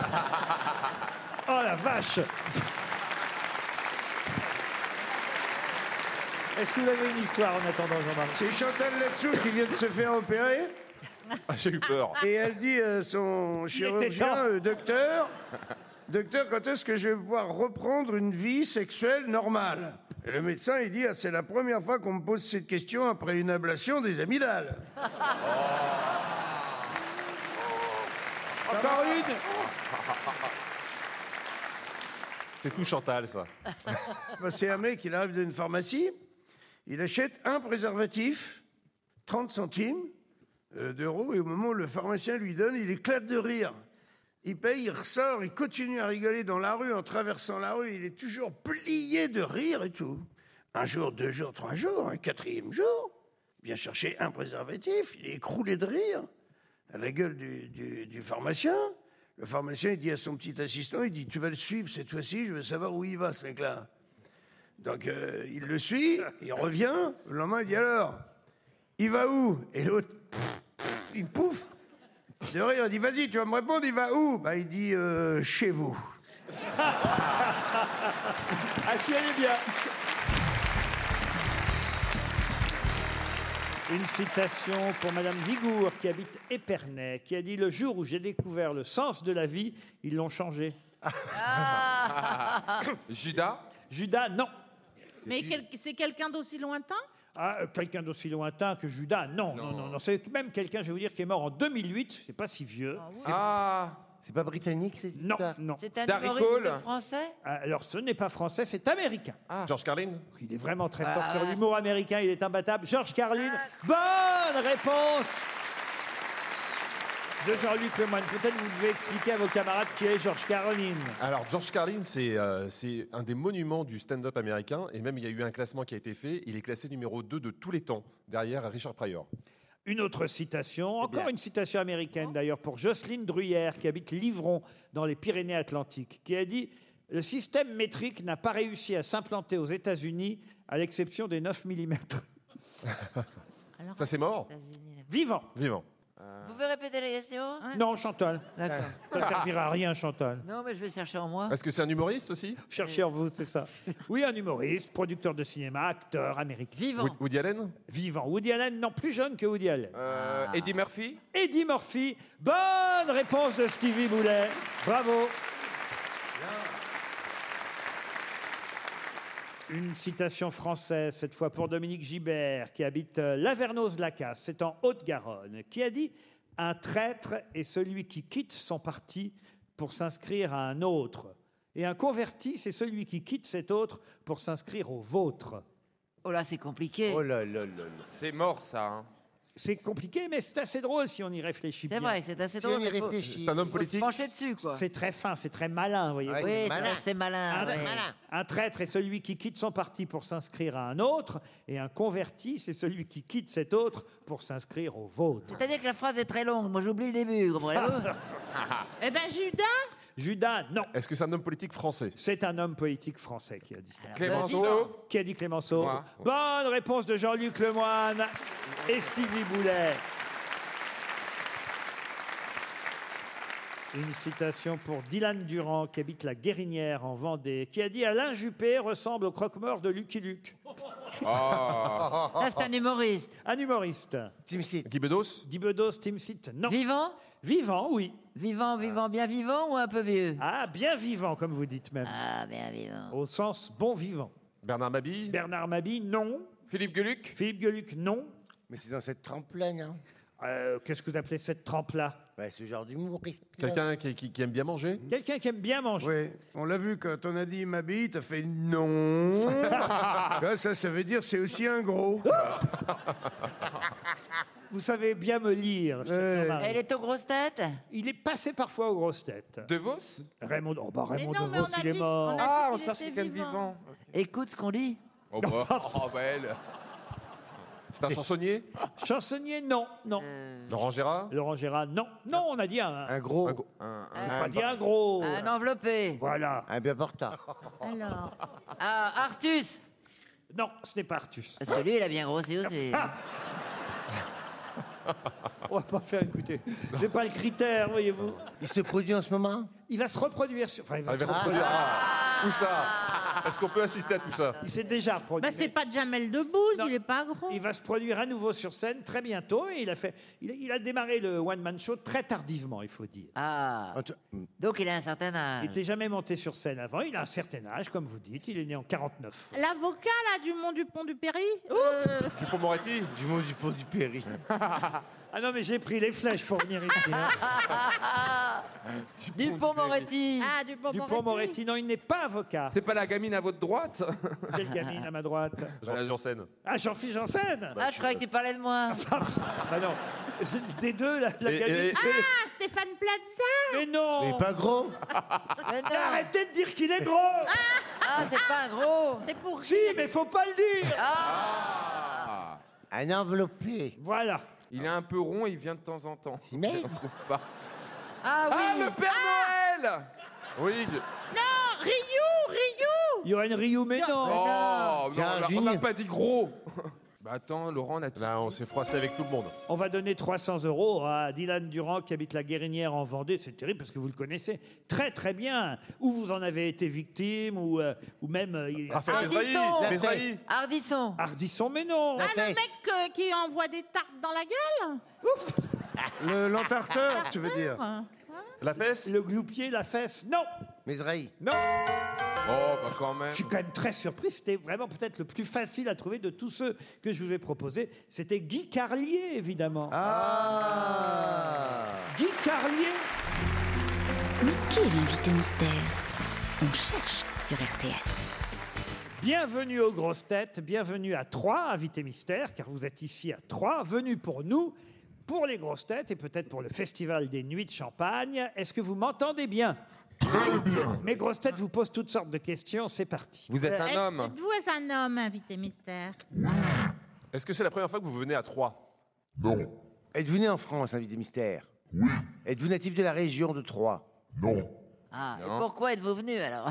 Oh la vache. Est-ce que vous avez une histoire en attendant, Jean-Marie? C'est Chantal là-dessous qui vient de se faire opérer. J'ai eu peur. Et elle dit à son chirurgien, docteur, quand est-ce que je vais pouvoir reprendre une vie sexuelle normale? Et le médecin, il dit, c'est la première fois qu'on me pose cette question après une ablation des amygdales. Encore une. C'est tout Chantal, ça. Bah, c'est un mec, il arrive d'une pharmacie, il achète un préservatif, 30 centimes d'euros, et au moment où le pharmacien lui donne, il éclate de rire. Il paye, il ressort, il continue à rigoler dans la rue, en traversant la rue, il est toujours plié de rire et tout. Un jour, 2 jours, 3 jours, un 4e jour, il vient chercher un préservatif, il est écroulé de rire, à la gueule du pharmacien. Le pharmacien, il dit à son petit assistant, il dit, tu vas le suivre cette fois-ci, je veux savoir où il va, ce mec-là. Donc, il le suit, il revient, le lendemain, il dit, alors, il va où? Et l'autre, il pouffe. De rire, il dit, vas-y, tu vas me répondre, il va où? Bah, il dit, chez vous. Ah si, elle est bien. Une citation pour Madame Vigour, qui habite Épernay, qui a dit « Le jour où j'ai découvert le sens de la vie, ils l'ont changé. Judas. Judas, non. Mais c'est quelqu'un d'aussi lointain? Quelqu'un d'aussi lointain que Judas, non. C'est même quelqu'un, je vais vous dire, qui est mort en 2008, c'est pas si vieux. C'est pas britannique, c'est Non, non. C'est un humoriste français? Alors, ce n'est pas français, c'est américain. George Carlin. Il est vraiment très fort sur l'humour américain, il est imbattable. George Carlin, bonne réponse de Jean-Luc Lemoyne. Peut-être vous devez expliquer à vos camarades qui est George Carlin. Alors, George Carlin, c'est un des monuments du stand-up américain. Et même, il y a eu un classement qui a été fait. Il est classé numéro 2 de tous les temps, derrière Richard Pryor. Une autre citation, encore une citation américaine d'ailleurs, pour Jocelyne Druyère, qui habite Livron, dans les Pyrénées-Atlantiques, qui a dit « Le système métrique n'a pas réussi à s'implanter aux États-Unis, à l'exception des 9 mm. » Ça, c'est mort? Vivant. Vivant. Vous pouvez répéter la question? Non, Chantal. D'accord. Ça ne servira à rien, Chantal. Non, mais je vais chercher en moi. Est-ce que c'est un humoriste aussi? Cherchez en vous, c'est ça. Oui, un humoriste, producteur de cinéma, acteur américain. Vivant. Woody Allen? Vivant. Woody Allen, non, plus jeune que Woody Allen. Eddie Murphy. Eddie Murphy. Bonne réponse de Stevie Boulet. Bravo. Une citation française, cette fois pour Dominique Gibert, qui habite Lavernos-Lacasse, c'est en Haute-Garonne, qui a dit « Un traître est celui qui quitte son parti pour s'inscrire à un autre. Et un converti, c'est celui qui quitte cet autre pour s'inscrire au vôtre. » Oh là, c'est compliqué. Oh là là là là. C'est mort, ça. Hein. C'est compliqué, mais c'est assez drôle si on y réfléchit bien. C'est vrai que c'est assez Si drôle. on y mais faut- réfléchit. C'est un homme faut se politique. pencher dessus, quoi. C'est très fin, c'est très malin, voyez-vous. Ouais, Oui, c'est c'est malin. vrai que c'est malin. ouais. Un traître est celui qui quitte son parti pour s'inscrire à un autre, et un converti, c'est celui qui quitte cet autre pour s'inscrire au vôtre. C'est-à-dire que la phrase est très longue. Moi, j'oublie le début, comprenez-vous? Eh ben, Judas, Judas, non. Est-ce que c'est un homme politique français? C'est un homme politique français qui a dit ça. Clémenceau. Qui a dit Clémenceau? Moi. Bonne réponse de Jean-Luc Lemoyne et Stevie Boulet. Une citation pour Dylan Durand, qui habite la Guérinière en Vendée, qui a dit « Alain Juppé ressemble au croque-mort de Lucky Luke Oh. Ça, c'est un humoriste. ». Un humoriste. Timsit. Guy Bedos. Guy Bedos, Tim Sit, non. Vivant? Vivant, oui. Vivant, bien vivant ou un peu vieux? Ah, bien vivant, comme vous dites même. Ah, bien vivant. Au sens bon vivant. Bernard Mabille. Bernard Mabille, non. Philippe Gueluc. Philippe Gueluc, non. Mais c'est dans cette trempe-là, non? Qu'est-ce que vous appelez cette trempe-là? Ouais, ce genre d'humoriste. Quelqu'un qui aime bien manger. Quelqu'un qui aime bien manger. Oui, on l'a vu quand on a dit ma bille, t'as fait non. Là, ça veut dire c'est aussi un gros. Vous savez bien me lire. cher Jean-Marie. Elle est aux grosses têtes? Il est passé parfois aux grosses têtes. De Vos. Raymond, oh bah Raymond non, mais DeVos, on a il est dit- mort. on a- Ah, on qu'il cherche était quelqu'un de vivant. vivant. Écoute ce qu'on dit. Oh, bah, oh, bah, elle. C'est un chansonnier. Chansonnier, non, non. Laurent Gérard. Laurent Gérard, non. Non, on a dit un. Un gros. On n'a pas dit un gros. Un enveloppé. Voilà. Un bien portant. alors. Ah, Artus. Non, ce n'est pas Artus. Parce que lui, il a bien grossi aussi. On va pas faire écouter. C'est pas le critère, voyez-vous. Il se produit en ce moment? Il va se reproduire sur. Enfin, il va Il se va se reproduire. produire. Où ça? Est-ce qu'on peut assister à tout ça? Il s'est déjà reproduit. Bah, c'est pas Jamel Debbouze, Non. il est pas gros. Il va se produire à nouveau sur scène très bientôt. Et il a démarré le one-man show très tardivement, il faut dire. Ah. Donc, il a un certain Il âge. n'était jamais monté sur scène avant. Il a un certain âge, comme vous dites. Il est né en 49. L'avocat, là, du Mont du Pont du Péry Dupond-Moretti. Du mot du pot du Péry. Ah non, mais j'ai pris les flèches pour venir ici. hein. Dupond-Moretti. Ah, du Pont Dupond-Moretti, non, il n'est pas avocat. C'est pas la gamine à votre droite? Quelle gamine à ma droite? Jean-Philippe Janssen. Ah, Jean-Philippe Janssen. Ah, je croyais que tu parlais de moi. Ah non. Des deux, la Et- gamine. et- c'est- Ah, Stéphane Plaza Mais non. Mais pas gros. Mais non. Arrêtez de dire qu'il est gros. Ah, c'est pas un gros. C'est pour Si, mais faut pas le dire. Ah. Un enveloppé. Voilà. Il est un peu rond, il vient de temps en temps. Si, mais- On trouve pas. Ah oui. Ah, le Père Noël. Oui. Non, Ryu Yoann Ryu, mais non. Oh, non, Il y a un on n'a génie. pas dit gros. Bah attends, Laurent, on a tout. Là, on s'est froissé avec tout le monde. On va donner 300 € à Dylan Durand qui habite la Guérinière en Vendée. C'est terrible parce que vous le connaissez très très bien. Ou vous en avez été victime ou même Raphaël Mesrahi. Ardisson. Mesrahi. Ardisson. Ardisson, mais non. La Ah, le fesse. mec qui envoie des tartes dans la gueule L'entarteur, tu veux dire. La fesse. Le gloupier, la fesse, non. Mesrahi. Non. Oh, bah quand même. Je suis quand même très surpris. C'était vraiment peut-être le plus facile à trouver de tous ceux que je vous ai proposés. C'était Guy Carlier, évidemment. Guy Carlier. Mais qui est l'invité mystère? On cherche sur RTL. Bienvenue aux grosses têtes, bienvenue à Troyes, invité mystère, car vous êtes ici à Troyes, venu pour nous, pour les grosses têtes et peut-être pour le festival des Nuits de Champagne. Est-ce que vous m'entendez bien? Très bien. Mes grosses têtes vous posent toutes sortes de questions, c'est parti. Vous êtes un homme. Êtes-vous un homme, invité mystère? Est-ce que c'est la première fois que vous venez à Troyes? Êtes-vous né en France, invité mystère? Oui. Êtes-vous natif de la région de Troyes? Ah, et Non. pourquoi êtes-vous venu alors?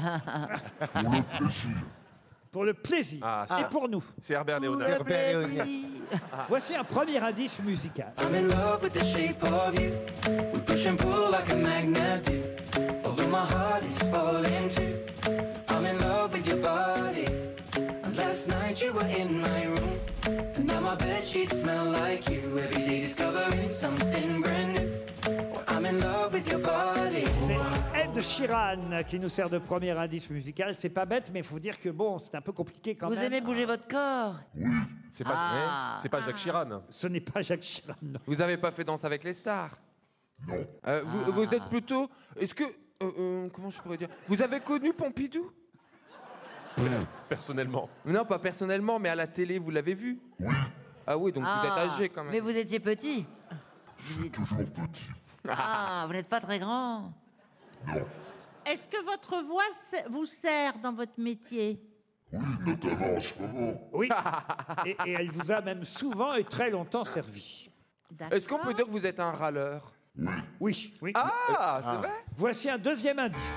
Pour le plaisir. Ah, Et pour nous. C'est Herbert Léonard. Herbert Léonard. Voici un premier indice musical. I'm in love with the shape of you. We push and pull like a magnet do. Although my heart is falling too. I'm in love with your body. Last night you were in my room. And now my bedsheets smell like you. Every day discovering something brand new. I'm in love with your body. C'est Ed Sheeran qui nous sert de premier indice musical. C'est pas bête, mais il faut dire que bon, c'est un peu compliqué quand Vous même. aimez bouger votre corps? C'est pas, Ah. c'est pas Jacques Chirac. Ce n'est pas Jacques Chirac, non. Vous avez pas fait Danse avec les stars? Non. Vous êtes plutôt. Est-ce que. Comment je pourrais dire? Vous avez connu Pompidou? Personnellement. Non, pas personnellement, mais à la télé, vous l'avez vu? Oui. Ah oui, donc vous êtes âgé quand même. Mais vous étiez petit. Toujours petit. Ah, vous n'êtes pas très grand. Est-ce que votre voix vous sert dans votre métier? Oui, notamment en ce moment. Oui. Et elle vous a même souvent et très longtemps servi. Est-ce qu'on peut dire que vous êtes un râleur? Oui, oui. Ah, c'est vrai? Voici un deuxième indice.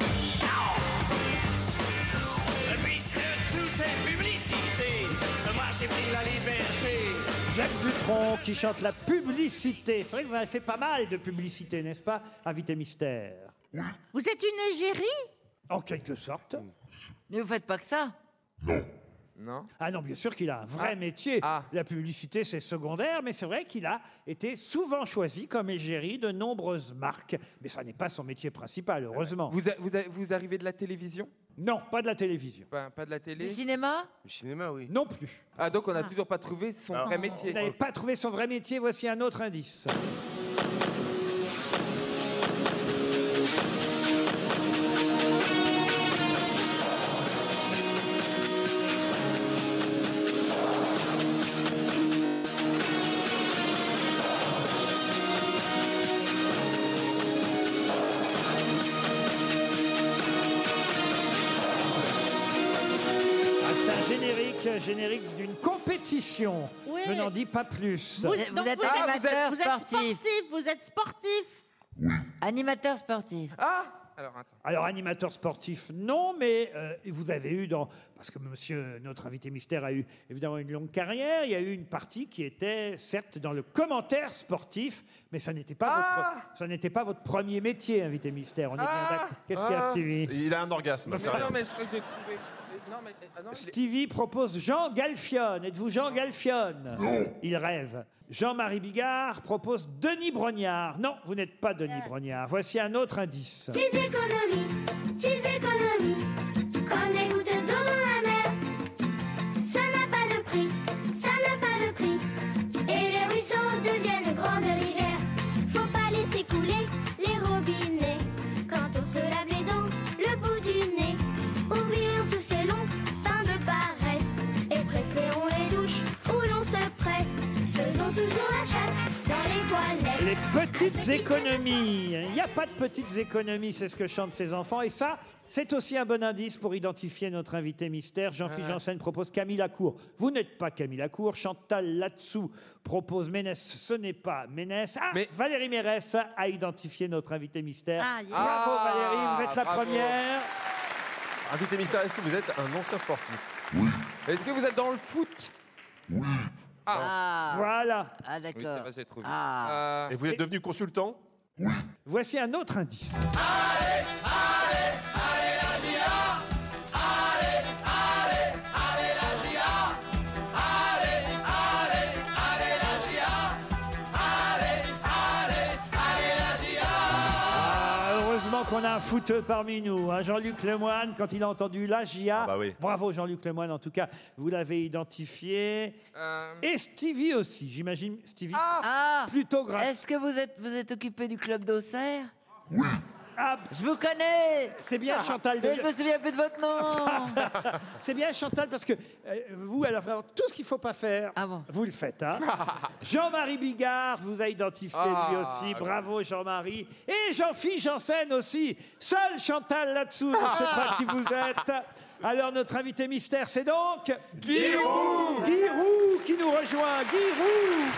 Puisque tout est publicité, moi j'ai pris la liberté. Jacques Dutronc qui chante la publicité. C'est vrai que vous avez fait pas mal de publicité, n'est-ce pas, Invité Mystère? Vous êtes une égérie? En quelque sorte. Mais vous faites pas que ça. Non. Ah non, bien sûr qu'il a un vrai métier. La publicité, c'est secondaire, mais c'est vrai qu'il a été souvent choisi comme égérie de nombreuses marques. Mais ça n'est pas son métier principal, heureusement. Vous arrivez de la télévision? Non, pas de la télévision. Pas de la télé? Du cinéma? Le cinéma, oui. Non plus. Ah, donc on n'a toujours pas trouvé son vrai métier. Vous n'avez pas trouvé son vrai métier, voici un autre indice. Générique d'une compétition. Oui. Je n'en dis pas plus. Donc vous êtes animateur sportif. Vous êtes sportif. Animateur sportif. Alors, animateur sportif, non, mais vous avez eu parce que monsieur, notre invité mystère, a eu évidemment une longue carrière, il y a eu une partie qui était, certes, dans le commentaire sportif, mais ça n'était pas, votre premier métier, invité mystère. On est bien d'accord. Qu'est-ce qu'il y a, Stevie? Il a un orgasme. Non, mais je crois que j'ai trouvé... Stevie propose Jean Galfionne. Êtes-vous Jean Galfionne? Non. Il rêve. Jean-Marie Bigard propose Denis Brognard. Non, vous n'êtes pas Denis Brognard. Voici un autre indice. Petites économies, comme des gouttes d'eau dans la mer. Ça n'a pas de prix, ça n'a pas de prix. Et les ruisseaux deviennent grandes rivières. Faut pas laisser couler les robinets. Quand on se lave les dents, le bout du nez. Oublions tous ces longs temps de paresse. Et préférons les douches où l'on se presse. Faisons toujours la chasse dans les toilettes. Les petites économies. Il n'y a pas de petites économies, c'est ce que chantent ces enfants. Et ça, c'est aussi un bon indice pour identifier notre invité mystère. Jean-Philippe Janssen propose Camille Lacour. Vous n'êtes pas Camille Lacour. Chantal Latsou propose Ménès. Ce n'est pas Ménès. Valérie Mérès a identifié notre invité mystère. Bravo Valérie, vous êtes la première. Invité mystère, est-ce que vous êtes un ancien sportif? Oui. Est-ce que vous êtes dans le foot? Oui. Voilà. Ah, d'accord. Oui, c'est vrai, j'ai trouvé. Et vous êtes devenu consultant? Oui. Voici un autre indice. Heureusement qu'on a un footeux parmi nous. Hein. Jean-Luc Lemoyne, quand il a entendu la GIA, bravo Jean-Luc Lemoyne, en tout cas, vous l'avez identifié. Et Stevie aussi, j'imagine. Stevie, plutôt grâce. Est-ce que vous êtes occupé du club d'Auxerre? Oui. Je vous connais. C'est bien Chantal. Mais je me souviens plus de votre nom. C'est bien Chantal parce que vous, alors tout ce qu'il ne faut pas faire, vous le faites. Hein. Jean-Marie Bigard vous a identifié lui aussi. Bravo Jean-Marie. Et Jean-Philippe Janssen aussi. Seul Chantal là-dessous ne sait pas qui vous êtes. Alors notre invité mystère, c'est donc Guy Roux. Guy Roux qui nous rejoint. Guy Roux.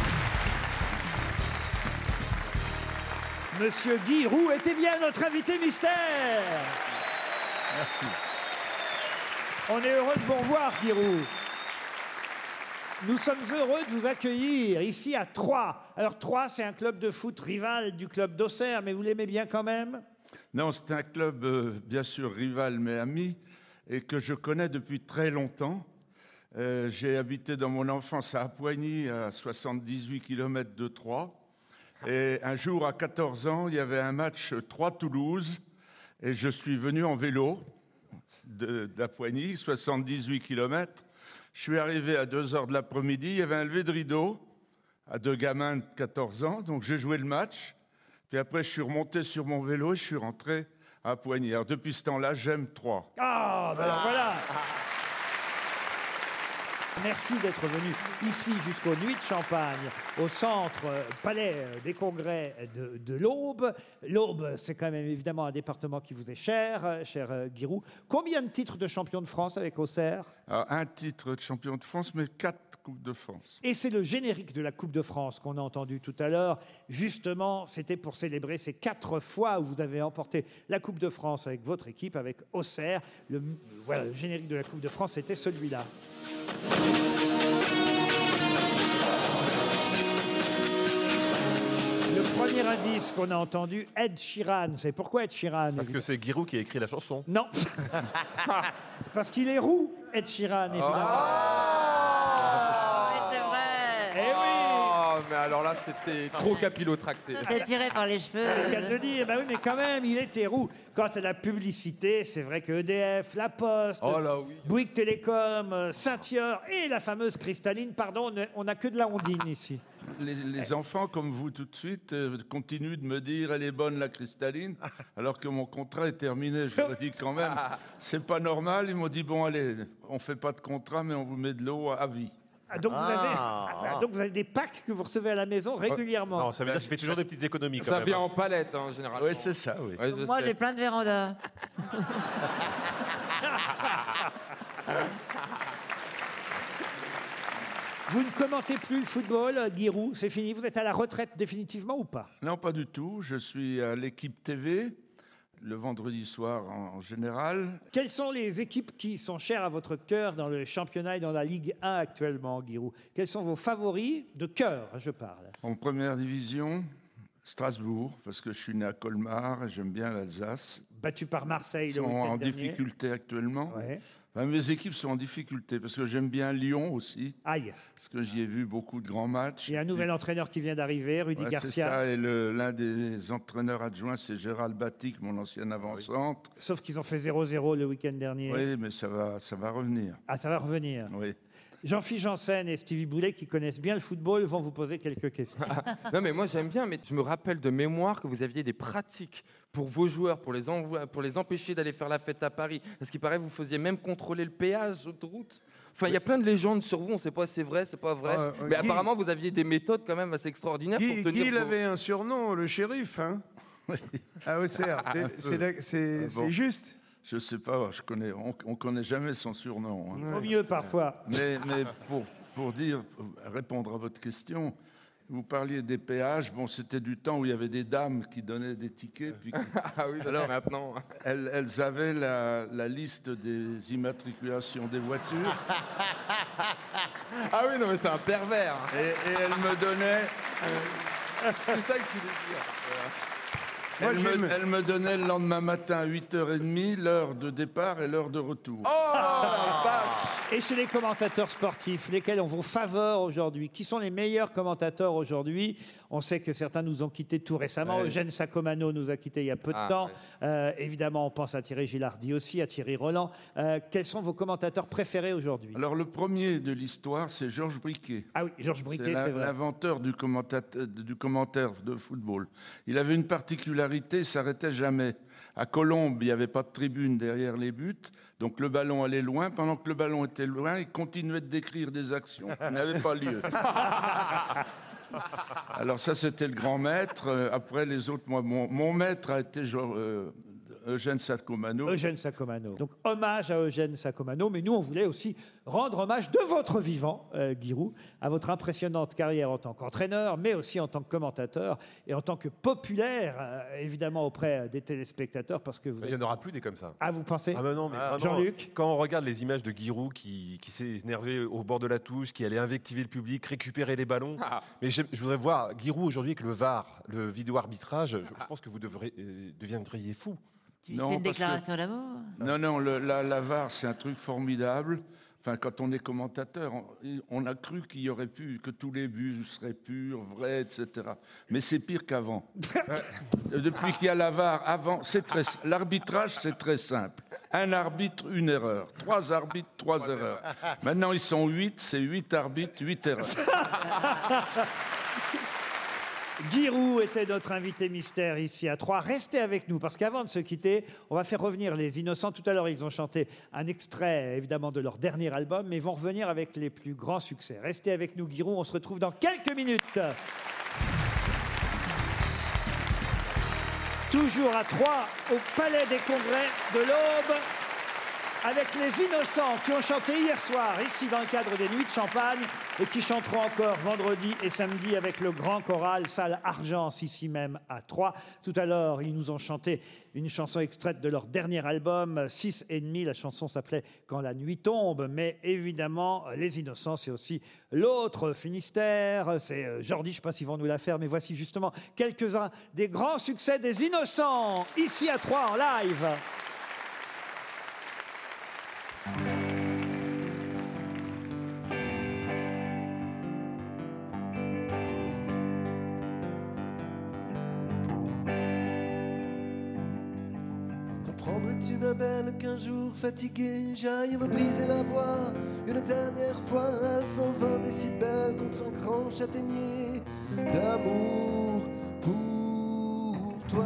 Monsieur Guy Roux était bien notre invité mystère. Merci. On est heureux de vous revoir, Guy Roux. Nous sommes heureux de vous accueillir ici à Troyes. Alors Troyes, c'est un club de foot rival du club d'Auxerre, mais vous l'aimez bien quand même? Non, c'est un club bien sûr rival mais ami et que je connais depuis très longtemps. J'ai habité dans mon enfance à Appoigny, à 78 km de Troyes. Et un jour, à 14 ans, il y avait un match Troyes-Toulouse et je suis venu en vélo d'Appoigny, 78 km. Je suis arrivé à 2h de l'après-midi, il y avait un lever de rideau à deux gamins de 14 ans, donc j'ai joué le match. Puis après, je suis remonté sur mon vélo et je suis rentré à Appoigny. Alors depuis ce temps-là, j'aime Troyes. Ah, ben alors voilà. Merci d'être venu ici jusqu'aux Nuits de Champagne, au centre Palais des Congrès de l'Aube. L'Aube, c'est quand même évidemment un département qui vous est cher, cher Giroud. Combien de titres de champion de France avec Auxerre? Alors, un titre de champion de France, mais 4 Coupes de France. Et c'est le générique de la Coupe de France qu'on a entendu tout à l'heure. Justement, c'était pour célébrer ces 4 fois où vous avez emporté la Coupe de France avec votre équipe, avec Auxerre. Voilà, le générique de la Coupe de France, c'était celui-là. Le premier indice qu'on a entendu, Ed Sheeran. C'est pourquoi Ed Sheeran? Parce que c'est Giroud qui a écrit la chanson. Non. Parce qu'il est roux, Ed Sheeran, évidemment. C'est vrai. Eh oui. Oh, mais alors là, c'était trop capillotracté. C'était tiré par les cheveux. C'est le cas de le dire. Bah oui, mais quand même, il était roux. Quant à la publicité, c'est vrai que EDF, La Poste, Bouygues Télécom, Saint-Thior et la fameuse cristalline, pardon, on n'a que de la ondine ici. Les enfants, comme vous tout de suite, continuent de me dire elle est bonne la cristalline, alors que mon contrat est terminé. Je leur ai dit quand même, c'est pas normal. Ils m'ont dit bon, allez, on fait pas de contrat, mais on vous met de l'eau à vie. Donc vous avez des packs que vous recevez à la maison régulièrement. Non, ça veut dire qu'il fait toujours des petites économies. Ça vient en palette, hein, généralement. Oui, c'est ça, oui. Ouais, je Moi, sais. j'ai plein de vérandas. Vous ne commentez plus le football, Giroud, c'est fini. Vous êtes à la retraite définitivement ou pas? Non, pas du tout. Je suis à l'équipe TV, le vendredi soir en général. Quelles sont les équipes qui sont chères à votre cœur dans le championnat et dans la Ligue 1 actuellement, Giroud? Quels sont vos favoris de cœur, je parle? En première division, Strasbourg, parce que je suis né à Colmar et j'aime bien l'Alsace. Battu par Marseille Ils le sont week-end en dernier. difficulté actuellement. Ouais. Enfin, mes équipes sont en difficulté parce que j'aime bien Lyon aussi. Aïe. Parce que j'y ai vu beaucoup de grands matchs. Il y a un nouvel entraîneur qui vient d'arriver, Rudy Ouais, Garcia. C'est ça, et l'un des entraîneurs adjoints, c'est Gérald Batic, mon ancien avant-centre. Sauf qu'ils ont fait 0-0 le week-end dernier. Oui, mais ça va revenir. Ah, ça va revenir. Oui. Jean-Philippe Janssen et Stevie Boulet, qui connaissent bien le football, vont vous poser quelques questions. Non, mais moi j'aime bien, mais je me rappelle de mémoire que vous aviez des pratiques pour vos joueurs, pour les empêcher d'aller faire la fête à Paris. Parce qu'il paraît que vous faisiez même contrôler le péage d'autoroute. Enfin, il y a plein de légendes sur vous, on ne sait pas si c'est vrai, c'est pas vrai. Mais apparemment, vous aviez des méthodes quand même assez extraordinaires pour tenir. Guy, il avait un surnom, le shérif, hein, à Auxerre. C'est juste. Je sais pas, on connaît jamais son surnom. Il vaut mieux parfois. Mais pour répondre à votre question, vous parliez des péages. Bon, c'était du temps où il y avait des dames qui donnaient des tickets. Puis Ah oui, alors maintenant. elles avaient la liste des immatriculations des voitures. Ah oui, non, mais c'est un pervers. Et elles me donnaient. C'est ça que je voulais dire. Elle me donnait le lendemain matin à 8h30 l'heure de départ et l'heure de retour. Et chez les commentateurs sportifs, lesquels ont vos faveurs aujourd'hui? Qui sont les meilleurs commentateurs aujourd'hui? On sait que certains nous ont quittés tout récemment. Ouais. Eugène Sacomano nous a quittés il y a peu de temps. Évidemment, on pense à Thierry Gilardi aussi, à Thierry Roland. Quels sont vos commentateurs préférés aujourd'hui? Alors, le premier de l'histoire, c'est Georges Briquet. Ah oui, Georges Briquet, c'est vrai. L'inventeur du commentaire de football. Il avait une particularité, il s'arrêtait jamais. À Colombes, il n'y avait pas de tribune derrière les buts, donc le ballon allait loin. Pendant que le ballon était loin, il continuait de décrire des actions qui n'avaient pas lieu. Alors ça, c'était le grand maître. Après, les autres, moi, mon maître a été Eugène Sacomano. Eugène Sacomano. Donc, hommage à Eugène Sacomano. Mais nous, on voulait aussi rendre hommage de votre vivant, Giroud, à votre impressionnante carrière en tant qu'entraîneur, mais aussi en tant que commentateur et en tant que populaire, évidemment, auprès des téléspectateurs. Parce que Il n'y en aura plus des comme ça. Ah, vous pensez? Ah, mais non, mais vraiment, Jean-Luc? quand on regarde les images de Giroud qui s'est énervé au bord de la touche, qui allait invectiver le public, récupérer les ballons. Mais je voudrais voir Giroud aujourd'hui avec le VAR, le vidéo-arbitrage. Je pense que vous deviendriez fou. Tu fais une déclaration d'amour? Non, la VAR, c'est un truc formidable. Enfin, quand on est commentateur, on a cru qu'il y aurait que tous les buts seraient purs, vrais, etc. Mais c'est pire qu'avant. Depuis qu'il y a la VAR, l'arbitrage, c'est très simple. Un arbitre, une erreur. 3 arbitres, 3 erreurs. Maintenant, ils sont 8, c'est 8 arbitres, 8 erreurs. Giroud était notre invité mystère ici à Troyes. Restez avec nous parce qu'avant de se quitter, on va faire revenir les Innocents. Tout à l'heure, ils ont chanté un extrait évidemment de leur dernier album, mais ils vont revenir avec les plus grands succès. Restez avec nous, Giroud. On se retrouve dans quelques minutes. Toujours à Troyes, au Palais des Congrès de l'Aube, avec les Innocents qui ont chanté hier soir, ici dans le cadre des Nuits de Champagne, et qui chanteront encore vendredi et samedi avec le Grand Choral, salle Argence, ici même à Troyes. Tout à l'heure, ils nous ont chanté une chanson extraite de leur dernier album, 6 et demi. La chanson s'appelait « Quand la nuit tombe ». Mais évidemment, les Innocents, c'est aussi l'autre Finistère. C'est Jordi, je ne sais pas s'ils vont nous la faire, mais voici justement quelques-uns des grands succès des Innocents, ici à Troyes en live. Comprendrais-tu, ma belle, qu'un jour fatigué, j'aille me briser la voix une dernière fois à 120 décibels contre un grand châtaignier d'amour pour toi.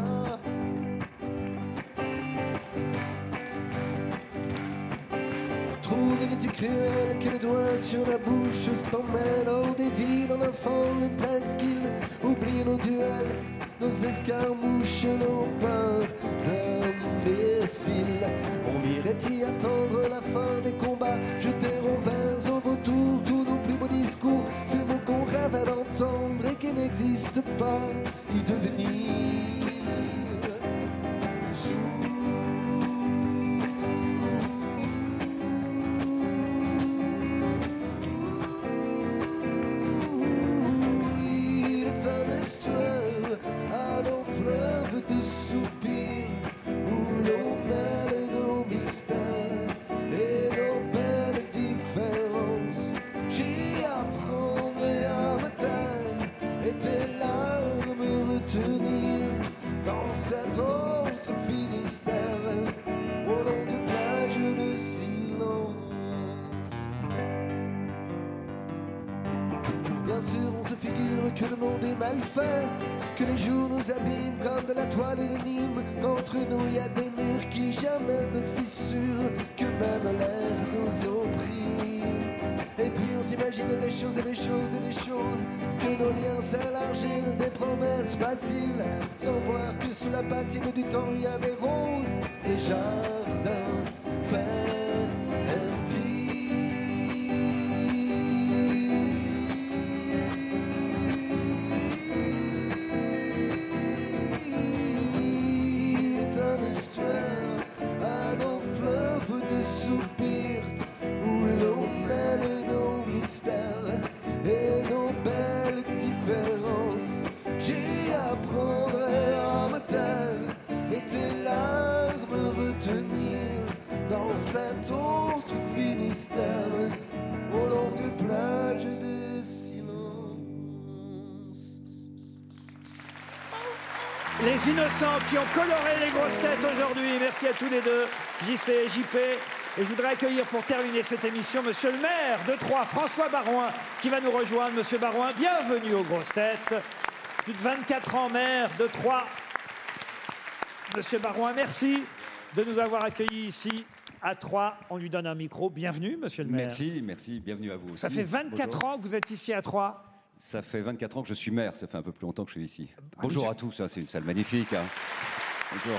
Trouverais-tu cruel que le doigt sur la bouche t'emmène hors des villes en enfant une presqu'île? Oublie nos duels, nos escarmouches, nos peurs imbéciles. On irait y attendre la fin des combats, jeter au vers, au vautour tous nos plus beaux discours, ces mots qu'on rêve à d'entendre et qui n'existent pas, y devenir à nos fleuves de soupirs où l'on mêle nos mystères et nos belles différences. J'y apprendrai à me taire et tes larmes retenir dans cet autre Finistère aux longues plages de silence. Bien sûr, on se figure que le monde est mal fait, que les jours nous abîment comme de la toile et de Nîmes, qu'entre nous y a des murs qui jamais ne fissurent, que même l'air nous opprime. Et puis on s'imagine des choses et des choses et des choses, que nos liens c'est l'argile, des promesses faciles, sans voir que sous la patine du temps il y a des roses, des jardins fertiles. À nos fleuves de soupirs où l'on mêle nos mystères et nos belles différences. J'y apprendrai à me taire et tes larmes retenir dans cet autre Finistère aux longues plages de silence. Les Innocents qui ont coloré les grosses têtes aujourd'hui. Merci à tous les deux, JC et JP. Et je voudrais accueillir pour terminer cette émission Monsieur le maire de Troyes, François Baroin, qui va nous rejoindre. Monsieur Baroin, bienvenue aux grosses têtes. Plus de 24 ans maire de Troyes. Monsieur Baroin, merci de nous avoir accueillis ici à Troyes. On lui donne un micro. Bienvenue, monsieur le maire. Merci, bienvenue à vous aussi. Ça fait 24 ans que vous êtes ici à Troyes. Ça fait 24 ans que je suis maire, ça fait un peu plus longtemps que je suis ici. Bonjour à tous, c'est une salle magnifique. Hein. Bonjour.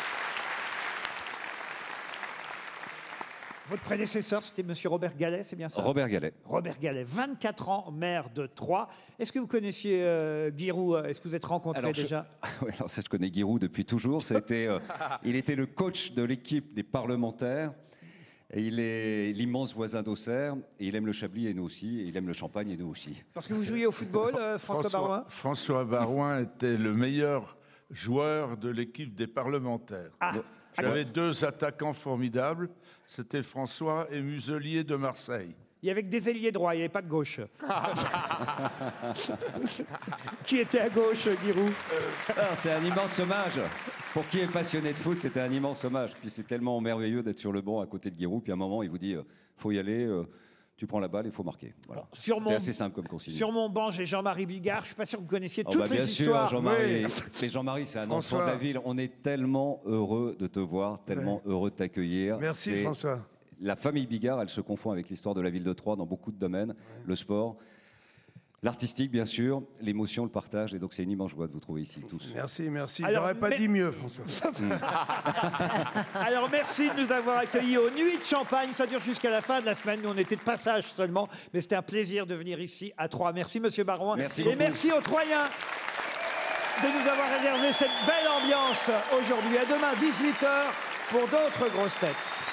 Votre prédécesseur, c'était monsieur Robert Gallet, c'est bien ça? Robert Gallet. Robert Gallet, 24 ans, maire de Troyes. Est-ce que vous connaissiez Giroud? Est-ce que vous êtes rencontrés déjà? Oui, alors ça, je connais Giroud depuis toujours. Il était le coach de l'équipe des parlementaires. Et il est l'immense voisin d'Auxerre, et il aime le Chablis et nous aussi, et il aime le champagne et nous aussi. Parce que vous jouiez au football, François Baroin? François Baroin était le meilleur joueur de l'équipe des parlementaires. J'avais deux attaquants formidables, c'était François et Muselier de Marseille. Il y avait que des ailiers droits, il n'y avait pas de gauche. Qui était à gauche, Giroud? C'est un immense hommage. Pour qui est passionné de foot, c'était un immense hommage. Puis c'est tellement merveilleux d'être sur le banc à côté de Giroud. Puis à un moment, il vous dit, faut y aller. tu prends la balle et il faut marquer. Voilà. Sur C'était mon- assez simple comme consigne. Sur mon banc, j'ai Jean-Marie Bigard. Je ne suis pas sûr que vous connaissiez Oh toutes bah les bien histoires. sûr, Jean-Marie. Oui. Mais Jean-Marie, c'est un François. enfant de la ville. On est tellement heureux de te voir, tellement heureux de t'accueillir. Merci, C'est- François. La famille Bigard, elle se confond avec l'histoire de la ville de Troyes dans beaucoup de domaines. Le sport, l'artistique, bien sûr, l'émotion, le partage. Et donc, c'est une immense joie de vous trouver ici, tous. Merci, merci. Alors, J'aurais pas mais- dit mieux, François. Alors merci de nous avoir accueillis aux Nuits de Champagne. Ça dure jusqu'à la fin de la semaine. Nous, on était de passage seulement. Mais c'était un plaisir de venir ici à Troyes. Merci, Monsieur Barouin. Merci Et beaucoup. merci aux Troyens de nous avoir réservé cette belle ambiance aujourd'hui. À demain, 18h, pour d'autres grosses têtes.